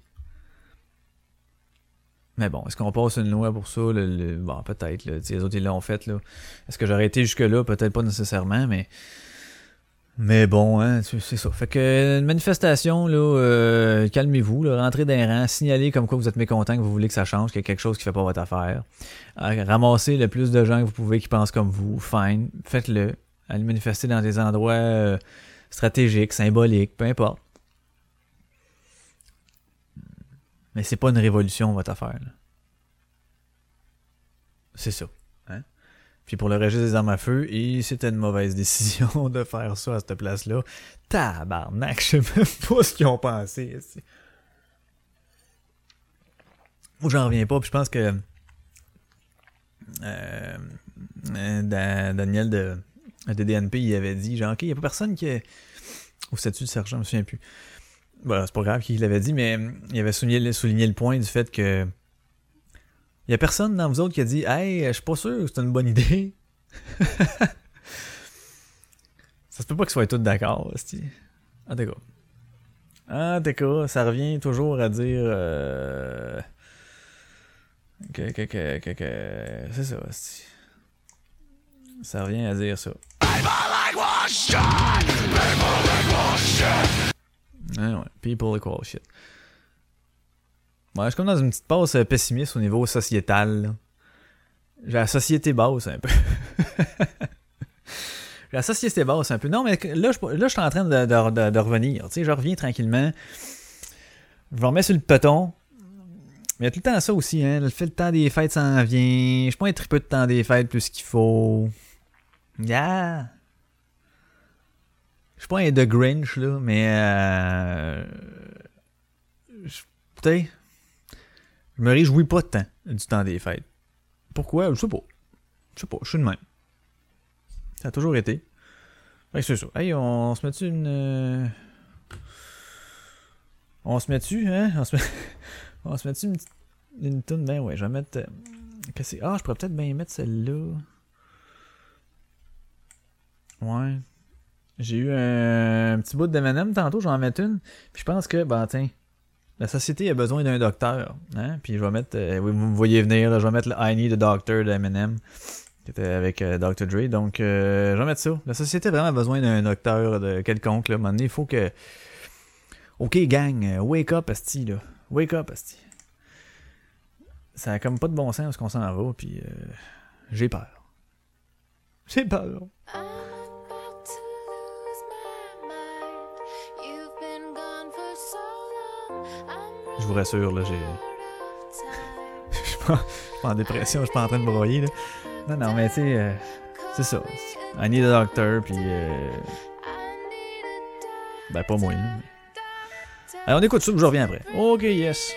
Mais bon, est-ce qu'on passe une loi pour ça? Bon, peut-être, là. Les autres, ils l'ont fait, là. Est-ce que j'aurais été jusque-là? Peut-être pas nécessairement, mais bon, hein, c'est ça. Fait que une manifestation, là, calmez-vous, là, rentrez dans les rangs, signalez comme quoi vous êtes mécontent, que vous voulez que ça change, qu'il y a quelque chose qui fait pas votre affaire. Ramassez le plus de gens que vous pouvez qui pensent comme vous, fine, faites-le. Allez manifester dans des endroits stratégiques, symboliques, peu importe. Mais c'est pas une révolution, votre affaire, là. C'est ça. Hein? Puis pour le registre des armes à feu, et c'était une mauvaise décision de faire ça à cette place-là. Tabarnak, je sais même pas ce qu'ils ont pensé. Moi, j'en reviens pas, puis je pense que Daniel de DNP, il avait dit, genre, ok, il n'y a pas personne qui est... Ou statut de sergent, je me souviens plus. Bon, c'est pas grave qui l'avait dit, mais il avait souligné le point du fait que il y a personne dans vous autres qui a dit « Hey, je suis pas sûr que c'est une bonne idée. » Ça se peut pas qu'ils soient tous d'accord. En tout cas, ça revient toujours à dire c'est ça. Ça revient à dire ça. Ah ouais, people equal shit. Ouais, je suis comme dans une petite passe pessimiste au niveau sociétal, là. J'ai la société basse un peu. J'ai la société basse un peu. Non, mais là, je suis en train de revenir. Tu sais, je reviens tranquillement. Je me remets sur le peloton. Mais il y a tout le temps ça aussi, hein. Le temps des fêtes s'en vient. Je suis pas un tripeux de temps des fêtes plus qu'il faut. Yeah! Je suis pas un The Grinch, là, mais tu sais, je me réjouis pas tant du temps des fêtes. Pourquoi? Je sais pas. Je sais pas, je suis de même. Ça a toujours été. Fait que c'est ça. Hey, on se met-tu une... On se met-tu, hein? On se met-tu une toune? Ben ouais, je vais mettre... Ah, je pourrais peut-être bien mettre celle-là. Ouais. J'ai eu un petit bout de M&M tantôt, je vais en mettre une. Puis je pense que, ben tiens, la société a besoin d'un docteur. Hein? Puis je vais mettre... oui, vous me voyez venir, là, je vais mettre le I Need a Doctor de M&M. Qui était avec Dr. Dre. Donc, je vais mettre ça. La société a vraiment besoin d'un docteur de quelconque. Là. À un moment donné, il faut que... OK, gang, wake up, asti, là. Wake up, asti. Ça a comme pas de bon sens qu'on s'en va, puis j'ai peur. J'ai peur. Je vous rassure, là, j'ai... Je suis pas en dépression, je suis pas en train de broyer, là. Non, mais tu sais, c'est ça. I need a doctor, puis... Ben, pas moi, là. Alors, on écoute ça, je reviens après. OK, yes.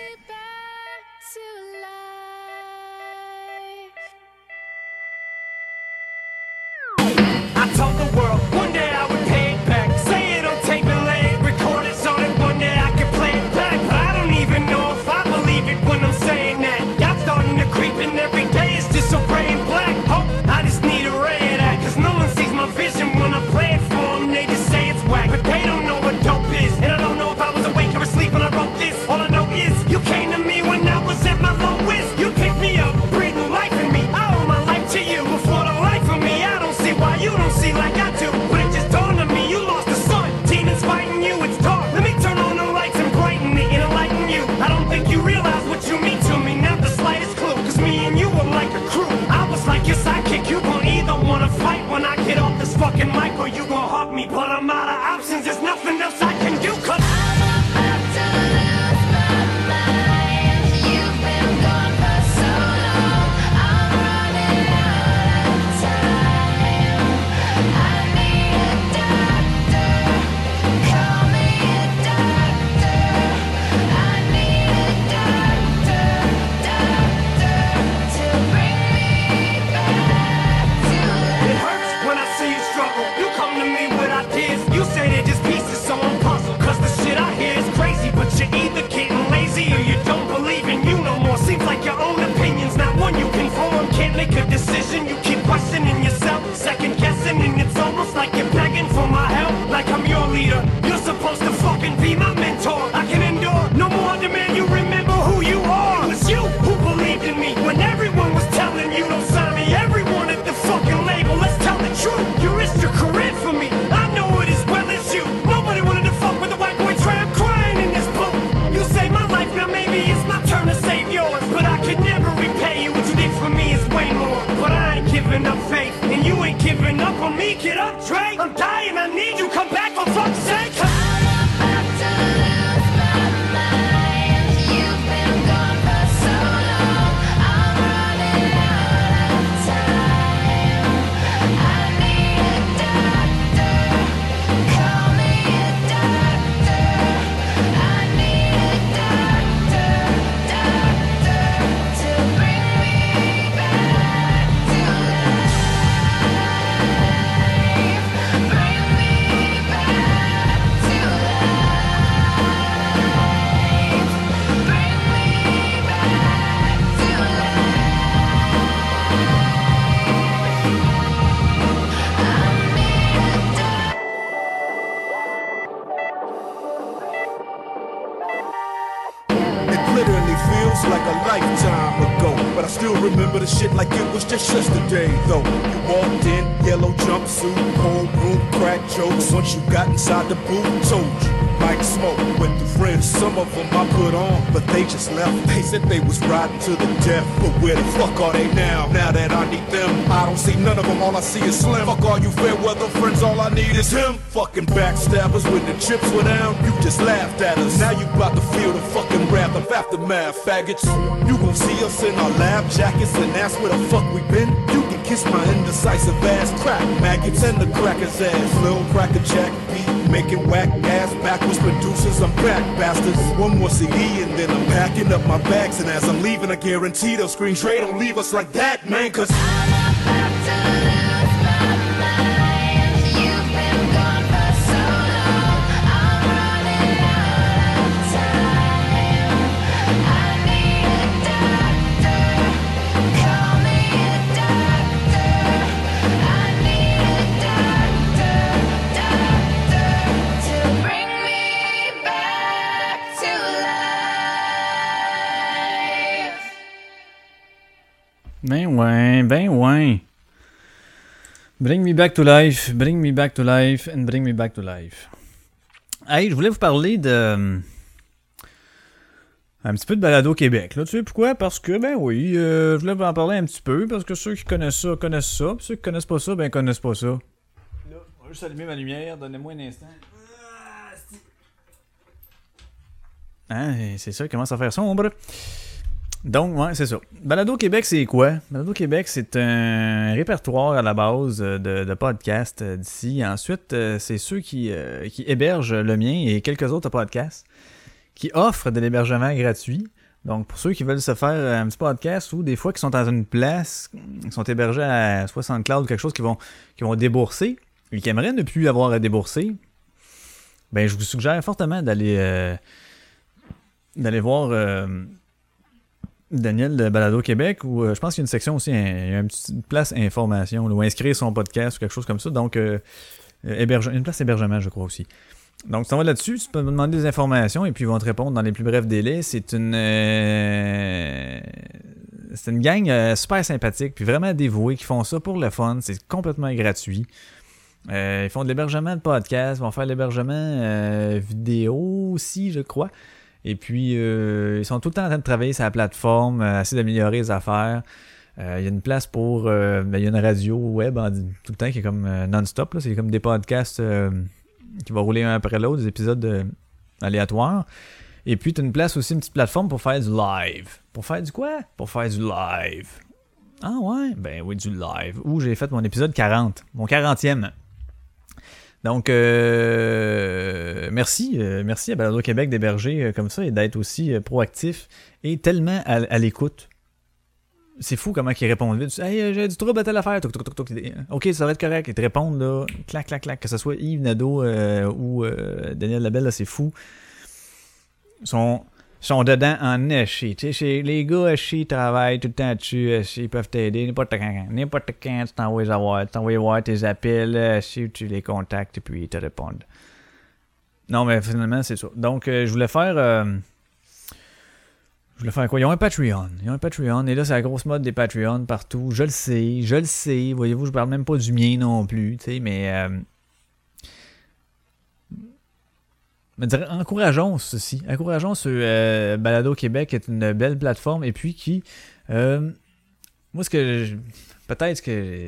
Inside the booth, told you, like smoke with the friends. Some of them I put on, but they just left. They said they was riding to the death, but where the fuck are they now? Now that I need them, I don't see none of them, all I see is Slim. Fuck all you fair weather friends, all I need is him. Fucking backstabbers, when the chips were down, you just laughed at us. Now you about to feel the fucking wrath of aftermath, faggots. You gon' see us in our lab jackets, and that's where the fuck we been. You can kiss my indecisive ass, crack maggots and the cracker's ass. Lil' cracker jack beat, making whack ass backwards producers. I'm back, bastards. One more CD and then I'm packing up my bags. And as I'm leaving, I guarantee they'll scream straight. Don't leave us like that, man, cause I'm Ben ouais, ben ouais. Bring me back to life, bring me back to life, and bring me back to life. Hey, je voulais vous parler de... un petit peu de balado Québec. Là, tu sais pourquoi? Parce que, ben oui, je voulais vous en parler un petit peu, parce que ceux qui connaissent ça, puis ceux qui connaissent pas ça, ben connaissent pas ça. Là, on va juste allumer ma lumière, donnez-moi un instant. Hein, c'est ça, il commence à faire sombre. Donc, ouais, c'est ça. Balado Québec, c'est quoi? Balado Québec, c'est un répertoire à la base de podcasts d'ici. Ensuite, c'est ceux qui hébergent le mien et quelques autres podcasts qui offrent de l'hébergement gratuit. Donc, pour ceux qui veulent se faire un petit podcast ou des fois qui sont dans une place, qui sont hébergés à 60 cloud ou quelque chose qui vont débourser et qui aimeraient ne plus avoir à débourser, ben, je vous suggère fortement d'aller voir... Daniel de Balado Québec, où je pense qu'il y a une section aussi, il y a une petite place information, là, où inscrire son podcast ou quelque chose comme ça. Donc, une place hébergement, je crois aussi. Donc, tu t'en vas là-dessus, tu peux me demander des informations et puis ils vont te répondre dans les plus brefs délais. C'est une gang super sympathique, puis vraiment dévouée, qui font ça pour le fun. C'est complètement gratuit. Ils font de l'hébergement de podcast, ils vont faire de l'hébergement vidéo aussi, je crois. Et puis, ils sont tout le temps en train de travailler sur la plateforme, essayer d'améliorer les affaires. Il y a une place pour... il y a une radio web tout le temps qui est comme non-stop. Là. C'est comme des podcasts qui vont rouler un après l'autre, des épisodes aléatoires. Et puis, tu as une place aussi, une petite plateforme pour faire du live. Pour faire du quoi? Pour faire du live. Ah ouais? Ben oui, du live. Où j'ai fait mon épisode 40. Mon 40e. Donc, merci à Balado Québec d'héberger comme ça et d'être aussi proactif et tellement à l'écoute. C'est fou comment ils répondent vite. Hey, j'ai du trouble à telle affaire. Ok, ça va être correct. Ils te répondent, là, clac, clac, clac. Que ce soit Yves Nadeau ou Daniel Labelle, là, c'est fou. Ils sont dedans en échi. Tu sais, les gars échi travaillent tout le temps dessus. Ils peuvent t'aider n'importe quand. Tu t'envoies voir tes appels. Tu les contactes et puis ils te répondent. Non, mais finalement, c'est ça. Donc, je voulais faire quoi? Ils ont un Patreon. Et là, c'est la grosse mode des Patreons partout. Je le sais. Voyez-vous, je parle même pas du mien non plus. Tu sais, mais... encourageons ceci. Encourageons ce Balado Québec est une belle plateforme et puis qui... moi, peut-être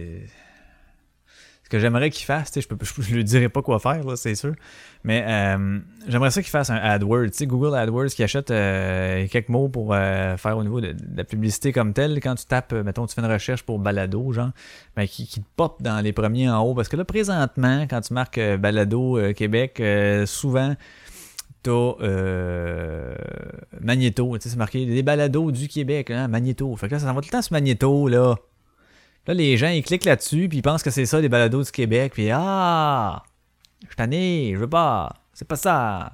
ce que j'aimerais qu'il fasse, je lui dirais pas quoi faire, là, c'est sûr, mais j'aimerais ça qu'il fasse un AdWords, Google AdWords qui achète quelques mots pour faire au niveau de la publicité comme telle. Quand tu tapes, mettons, tu fais une recherche pour balado, genre, ben, qui te pop dans les premiers en haut, parce que là, présentement, quand tu marques Balado Québec, souvent, t'as Magnéto, c'est marqué les balados du Québec, hein, Magnéto. Fait que là, ça s'en va tout le temps sur Magnéto, là. Là, les gens, ils cliquent là-dessus, puis ils pensent que c'est ça, les balados du Québec, puis je suis tanné, je veux pas. C'est pas ça,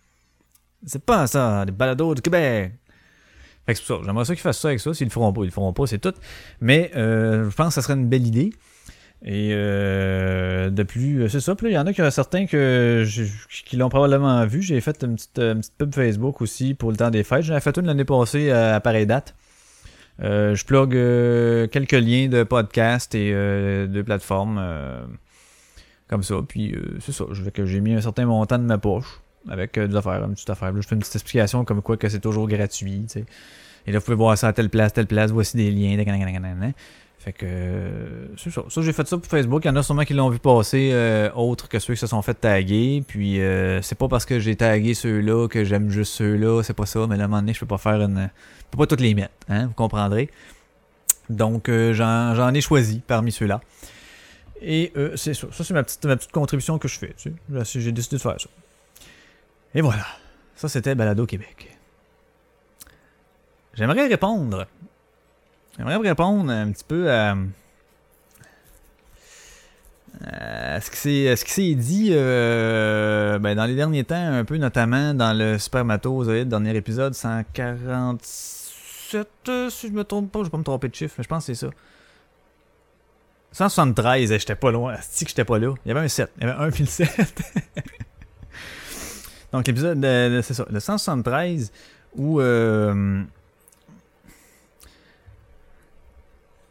les balados du Québec. Fait que c'est pour ça, j'aimerais ça qu'ils fassent ça avec ça, s'ils le feront pas, c'est tout. Mais je pense que ça serait une belle idée. Et de plus, c'est ça. Puis là, il y en a certains qui l'ont probablement vu. J'ai fait une petite pub Facebook aussi pour le temps des fêtes. J'en ai fait une l'année passée à pareille date. Je plug quelques liens de podcasts et de plateformes comme ça. Puis c'est ça. J'ai mis un certain montant de ma poche avec des affaires, une petite affaire. Là, je fais une petite explication comme quoi que c'est toujours gratuit. T'sais. Et là, vous pouvez voir ça à telle place. Voici des liens. Fait que c'est ça. Ça, j'ai fait ça pour Facebook. Il y en a sûrement qui l'ont vu passer, autres que ceux qui se sont fait taguer. Puis c'est pas parce que j'ai tagué ceux-là que j'aime juste ceux-là. C'est pas ça. Mais là, à un moment donné, je peux pas toutes les mettre. Hein, vous comprendrez. Donc, j'en ai choisi parmi ceux-là. Et c'est ça. Ça, c'est ma petite contribution que je fais. Tu sais. J'ai décidé de faire ça. Et voilà. Ça, c'était Balado Québec. J'aimerais répondre un petit peu à ce qui s'est dit dans les derniers temps, un peu notamment dans le Supermatozoïde, dernier épisode 147, si je me trompe pas, je vais pas me tromper de chiffre, mais je pense que c'est ça. 173, j'étais pas loin, c'est que j'étais pas là. Il y avait un 7, il y avait un puis le 7. Donc l'épisode, c'est ça, le 173, où...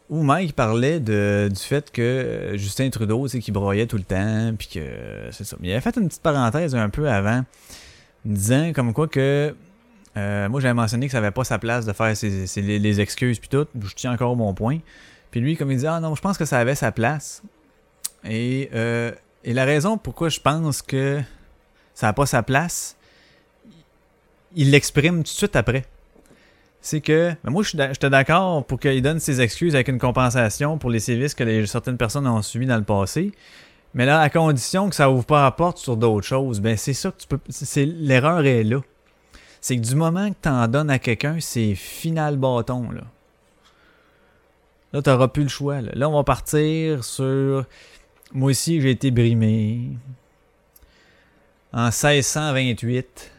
où Mike parlait du fait que Justin Trudeau, tu sais, qu'il broyait tout le temps, puis que c'est ça. Mais il avait fait une petite parenthèse un peu avant, disant comme quoi que moi j'avais mentionné que ça avait pas sa place de faire les excuses puis tout. Je tiens encore mon point. Puis lui, comme il dit, ah non, je pense que ça avait sa place. Et la raison pourquoi je pense que ça n'a pas sa place, il l'exprime tout de suite après. C'est que, moi j'étais d'accord pour qu'il donne ses excuses avec une compensation pour les sévices que certaines personnes ont subis dans le passé. Mais là, à condition que ça ouvre pas la porte sur d'autres choses, ben c'est ça que tu peux. L'erreur est là. C'est que du moment que tu en donnes à quelqu'un, c'est final bâton, là. Là, tu n'auras plus le choix. Là, on va partir sur... Moi aussi, j'ai été brimé. En 1628.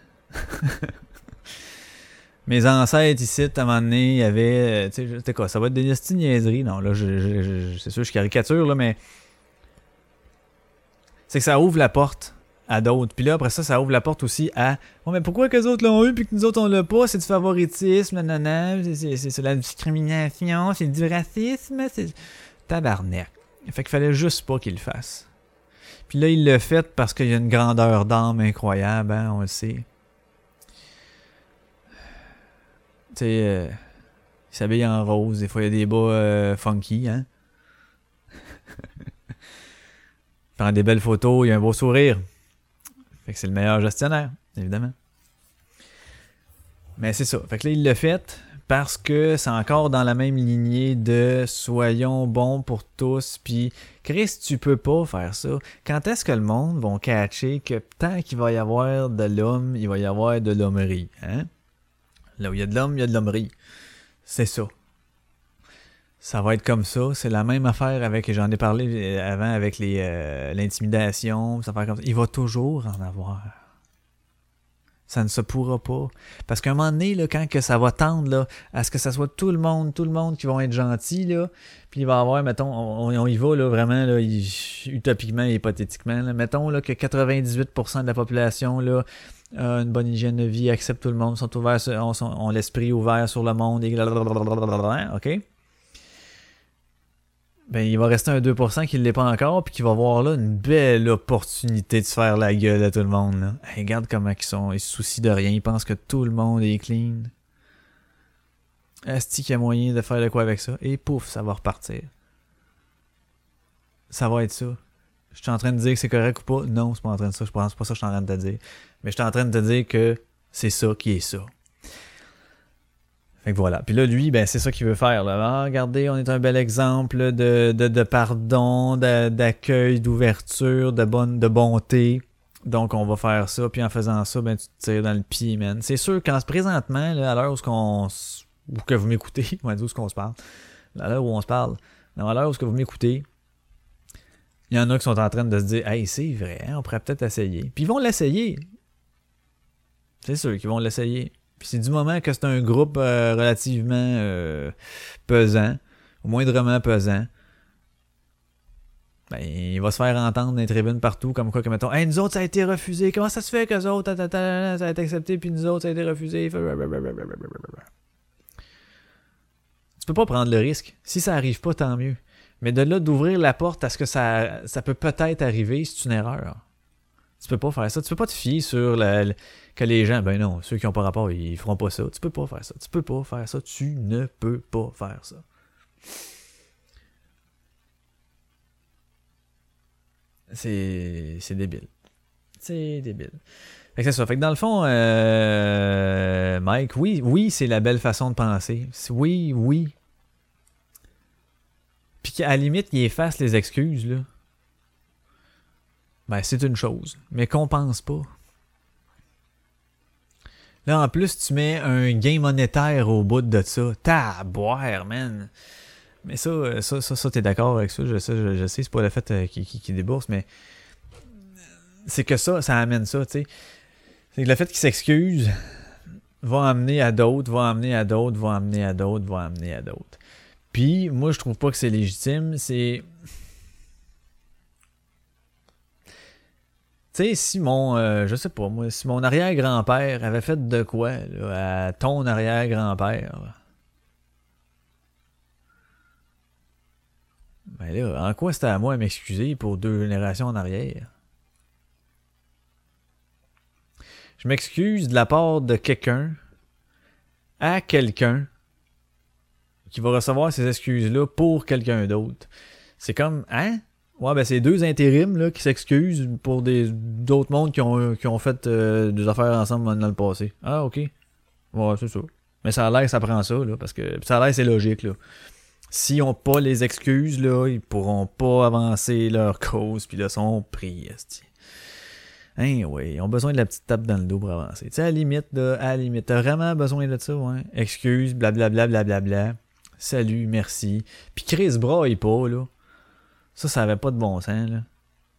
Mes ancêtres ici, à un moment donné, il y avait... Tu sais, c'était quoi? Ça va être des niaiseries. Non, là, c'est sûr, je caricature, là, mais... C'est que ça ouvre la porte à d'autres. Puis là, après ça, ça ouvre la porte aussi à... Oh, mais pourquoi que les autres l'ont eu puis que nous autres, on l'a pas? C'est du favoritisme, nanana, c'est la discrimination, c'est du racisme, c'est... Tabarnak. Fait qu'il fallait juste pas qu'il le fasse. Puis là, il l'a fait parce qu'il y a une grandeur d'âme incroyable, hein, on le sait. Tu sais, il s'habille en rose, des fois il y a des bas funky, hein. Il prend des belles photos, il a un beau sourire. Fait que c'est le meilleur gestionnaire, évidemment. Mais c'est ça. Fait que là, il l'a fait parce que c'est encore dans la même lignée de soyons bons pour tous. Puis, Chris, tu peux pas faire ça. Quand est-ce que le monde va catcher que tant qu'il va y avoir de l'homme, il va y avoir de l'hommerie, hein? Là où il y a de l'homme, il y a de l'hommerie. C'est ça. Ça va être comme ça. C'est la même affaire avec, j'en ai parlé avant avec l'intimidation. Ça va faire comme ça. Il va toujours en avoir. Ça ne se pourra pas. Parce qu'à un moment donné, là, quand que ça va tendre là, à ce que ça soit tout le monde qui vont être gentils, là, puis il va y avoir, mettons, on y va là, vraiment là, utopiquement et hypothétiquement, là, mettons là, que 98% de la population là, a une bonne hygiène de vie, accepte tout le monde, sont ouverts, ont l'esprit ouvert sur le monde, et OK? Ben, il va rester un 2% qui ne l'est pas encore, puis qui va avoir là une belle opportunité de se faire la gueule à tout le monde. Là. Hey, regarde comment ils sont, ils se soucient de rien, ils pensent que tout le monde est clean. Est-ce qu'il y a moyen de faire de quoi avec ça? Et pouf, ça va repartir. Ça va être ça. Je suis en train de dire que c'est correct ou pas? Non, c'est pas en train de ça. Je pense pas ça que je suis en train de te dire. Mais je suis en train de te dire que c'est ça qui est ça. Fait que voilà. Puis là, lui, ben c'est ça qu'il veut faire. Là. Ah, regardez, on est un bel exemple de pardon, d'accueil, d'ouverture, de bonté. Donc, on va faire ça. Puis en faisant ça, ben tu te tires dans le pied, man. C'est sûr qu'en présentement, là, à l'heure où que vous m'écoutez, on va dire où qu'on se parle. À l'heure où on se parle. Non, à l'heure où vous m'écoutez, il y en a qui sont en train de se dire « Hey, c'est vrai, on pourrait peut-être essayer. » Puis ils vont l'essayer. C'est sûr qu'ils vont l'essayer. Puis c'est du moment que c'est un groupe relativement pesant, au moindrement pesant, ben il va se faire entendre dans les tribunes partout, comme quoi que mettons, hey, nous autres ça a été refusé, comment ça se fait qu'eux autres, ça a été accepté, puis nous autres ça a été refusé. Tu peux pas prendre le risque. Si ça arrive pas, tant mieux. Mais de là d'ouvrir la porte à ce que ça peut peut-être arriver, c'est une erreur. Tu peux pas faire ça. Tu peux pas te fier sur que les gens, ben non, ceux qui n'ont pas rapport, ils feront pas ça. Tu peux pas faire ça. Tu peux pas faire ça. Tu ne peux pas faire ça. C'est débile. C'est débile. Fait que c'est ça. Fait que dans le fond, Mike, oui, c'est la belle façon de penser. Oui. Puis qu'à la limite, il efface les excuses, là. Ben, c'est une chose. Mais qu'on pense pas. Là, en plus, tu mets un gain monétaire au bout de ça. Taboire, man. Mais ça t'es d'accord avec ça. Je sais, c'est pas le fait qu'il débourse, mais c'est que ça amène ça, tu sais. C'est que le fait qu'il s'excuse va amener à d'autres, va amener à d'autres, va amener à d'autres, va amener à d'autres. Puis, moi, je trouve pas que c'est légitime. C'est... Tu sais, si je sais pas, moi, si mon arrière-grand-père avait fait de quoi là, à ton arrière-grand-père, là, Ben là, en quoi c'était à moi à m'excuser pour 2 générations en arrière? Je m'excuse de la part de quelqu'un à quelqu'un qui va recevoir ces excuses-là pour quelqu'un d'autre. C'est comme, hein? Ouais, ben c'est 2 intérims là, qui s'excusent pour d'autres mondes qui ont fait des affaires ensemble dans le passé. Ah, ok. Ouais, c'est ça. Mais ça a l'air que ça prend ça, là, parce que ça a l'air que c'est logique, là. S'ils n'ont pas les excuses, là, ils pourront pas avancer leur cause, puis là, sont pris, esti. Hein, oui, ils ont besoin de la petite tape dans le dos pour avancer. Tu sais, à la limite, t'as vraiment besoin de ça, ouais. Excuse, blablabla, blablabla. Salut, merci. Puis Chris braille pas, là. Ça avait pas de bon sens, là.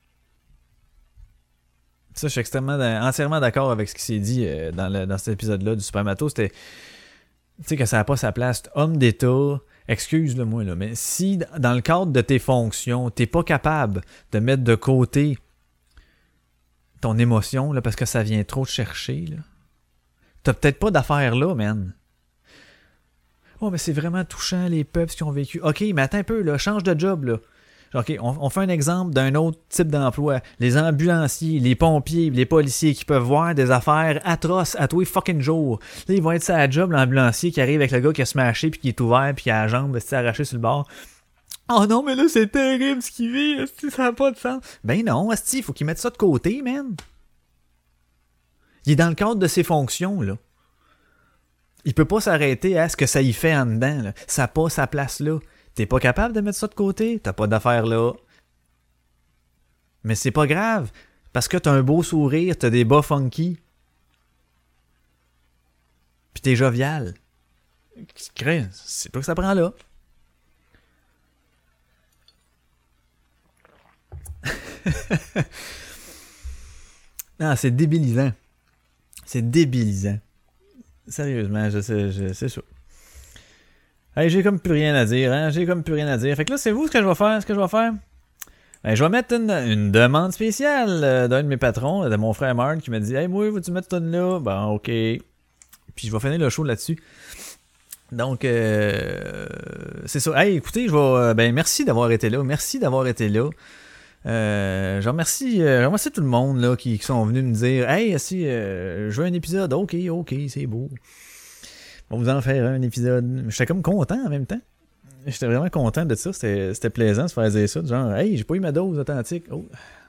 Ça, je suis entièrement d'accord avec ce qui s'est dit dans cet épisode-là du Super Mato. C'était, tu sais, que ça n'a pas sa place. Homme d'État, excuse-le moi, là, mais si, dans le cadre de tes fonctions, t'es pas capable de mettre de côté ton émotion, là, parce que ça vient trop te chercher, là, t'as peut-être pas d'affaires là, man. Oh, mais c'est vraiment touchant, les peuples qui ont vécu. OK, mais attends un peu, là, change de job, là. Genre, OK, on fait un exemple d'un autre type d'emploi. Les ambulanciers, les pompiers, les policiers qui peuvent voir des affaires atroces à tous les fucking jours. Là, ils vont être sur la job, l'ambulancier qui arrive avec le gars qui a smashé puis qui est ouvert puis qui a la jambe arrachée sur le bord. Oh non, mais là, c'est terrible ce qu'il vit. Asti, ça n'a pas de sens. Ben non, asti, il faut qu'il mette ça de côté, man. Il est dans le cadre de ses fonctions, là. Il peut pas s'arrêter à ce que ça y fait en dedans, là. Ça n'a pas sa place là. T'es pas capable de mettre ça de côté, t'as pas d'affaires là. Mais c'est pas grave, parce que t'as un beau sourire, t'as des bas funky. Pis t'es jovial. C'est pas que ça prend là. Non, c'est débilisant. C'est débilisant. Sérieusement, je sais ça. Hey, j'ai comme plus rien à dire, hein? J'ai comme plus rien à dire. Fait que là, c'est vous ce que je vais faire. Ben, je vais mettre une demande spéciale d'un de mes patrons, de mon frère Mark, qui m'a dit « Hey, moi, veux-tu mettre cette tune-là? » Ben, OK. Puis je vais finir le show là-dessus. Donc, c'est ça. Hey, écoutez, merci d'avoir été là. Je remercie tout le monde là, qui sont venus me dire « Hey, si, je veux un épisode. OK, c'est beau. » On va vous en faire un épisode. J'étais comme content en même temps. J'étais vraiment content de ça. C'était plaisant de se faire dire ça. Genre, hey, j'ai pas eu ma dose authentique. Oh.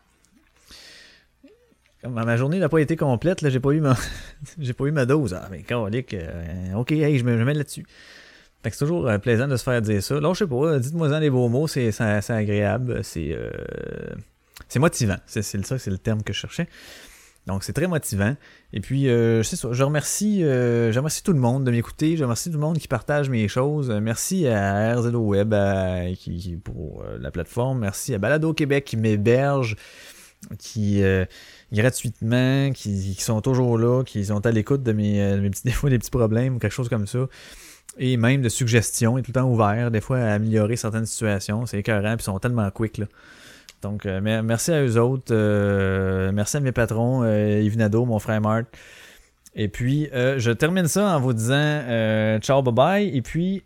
Comme ma journée n'a pas été complète, là, j'ai pas eu ma dose. Ah, mais calique. OK, hey, je me mets là-dessus. Fait que c'est toujours plaisant de se faire dire ça. Là, je sais pas, dites-moi-en des beaux mots, c'est agréable. C'est motivant. C'est le terme que je cherchais. Donc, c'est très motivant. Et puis, c'est ça. Je remercie tout le monde de m'écouter. Je remercie tout le monde qui partage mes choses. Merci à RZO Web pour la plateforme. Merci à Balado Québec qui m'héberge, qui gratuitement, qui sont toujours là, qui sont à l'écoute de mes petits défauts, des petits problèmes ou quelque chose comme ça. Et même de suggestions. Ils sont tout le temps ouverts, des fois, à améliorer certaines situations. C'est écœurant, puis ils sont tellement quick, là. Donc, merci à eux autres. Merci à mes patrons, Yves Nadeau, mon frère Marc. Et puis, je termine ça en vous disant ciao, bye-bye. Et puis,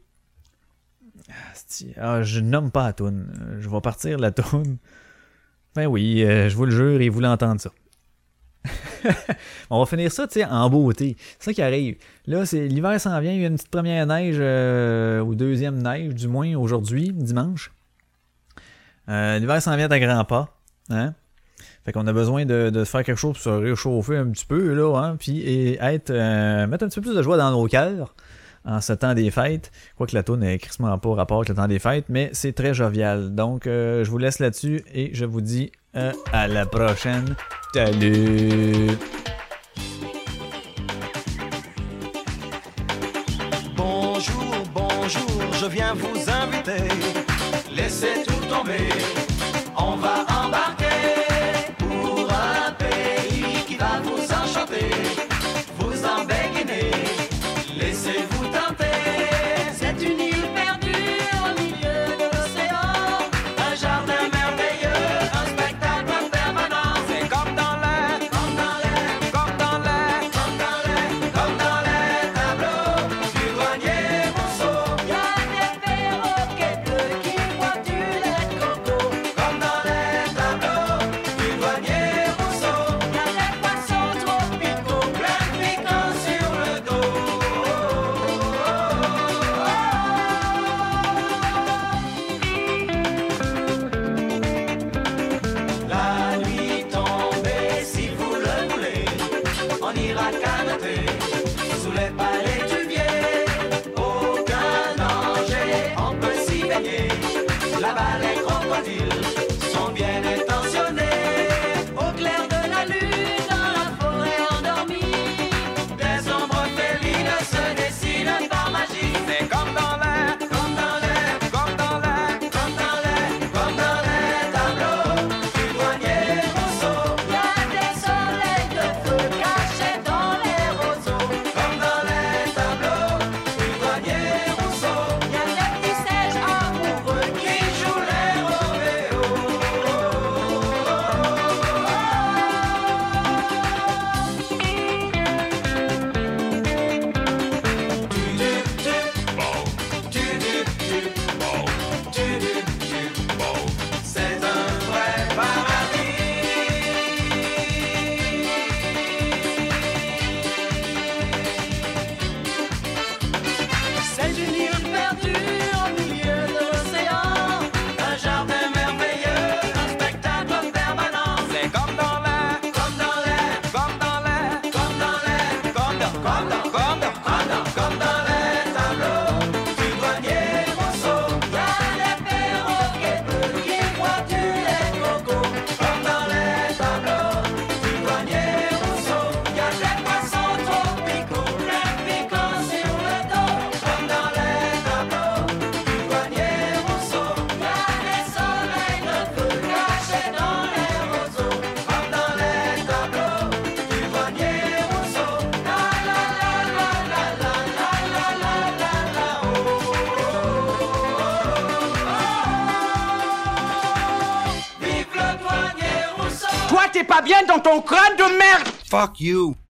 je nomme pas la toune. Je vais partir la toune. Ben oui, je vous le jure, et vous l'entendez ça. On va finir ça, tu sais, en beauté. C'est ça qui arrive. Là, l'hiver s'en vient. Il y a une petite première neige, ou deuxième neige, du moins, aujourd'hui, dimanche. L'hiver s'en vient à grands pas, hein? Fait qu'on a besoin de faire quelque chose pour se réchauffer un petit peu, là, hein? Puis mettre un petit peu plus de joie dans nos cœurs en ce temps des fêtes. Quoique la toune n'est crissement pas rapport avec le temps des fêtes, mais c'est très jovial. Donc, je vous laisse là-dessus et je vous dis à la prochaine. Salut! Bonjour, je viens vous inviter. Laissez tout tomber, on va embarquer pour un pays qui va vous enchanter, vous embéguiner, laissez-vous tenter. C'est une île perdue au milieu de l'océan, un jardin merveilleux, un spectacle permanent. C'est comme dans l'air, comme dans l'air, comme dans l'air, comme dans l'air, comme dans les tableaux du douanier Monceau. Y a des perroquets bleus qui voient du lait. dormir à canoter sous les palétuviers. Aucun danger, on peut s'y baigner. Là-bas les crocodiles sont bien intentionnés. Au clair de la lune, dans la forêt endormie, des ombres félines se dessinent par magie. C'est comme dans l'air, comme dans l'air, comme dans l'air, comme dans l'air, comme dans les tableaux du douanier Rousseau. Y a des soleils de feu cachés dans les roseaux. Comme dans les tableaux du douanier Rousseau. Y a des petits singes amoureux qui jouent les rodéos. C'est un vrai paradis. C'est une île perdue au milieu de l'océan, un jardin merveilleux, un spectacle permanent. C'est comme dans l'air, comme dans l'air, comme dans l'air, comme dans l'air, comme dans les tableaux du douanier Rousseau. Y a des perroquets bleus qui boivent du lait de coco. Comme dans les tableaux du douanier Rousseau. Y a des poissons tropicaux, plein piquants sur le dos. Comme dans les tableaux du douanier Rousseau. Y a des soleils de feu cachés dans les roseaux. Comme dans les tableaux du douanier Rousseau. La la la la la la la la la la la oh. Vive le douanier Rousseau. Toi, t'es pas bien dans ton crâne de merde! Fuck you!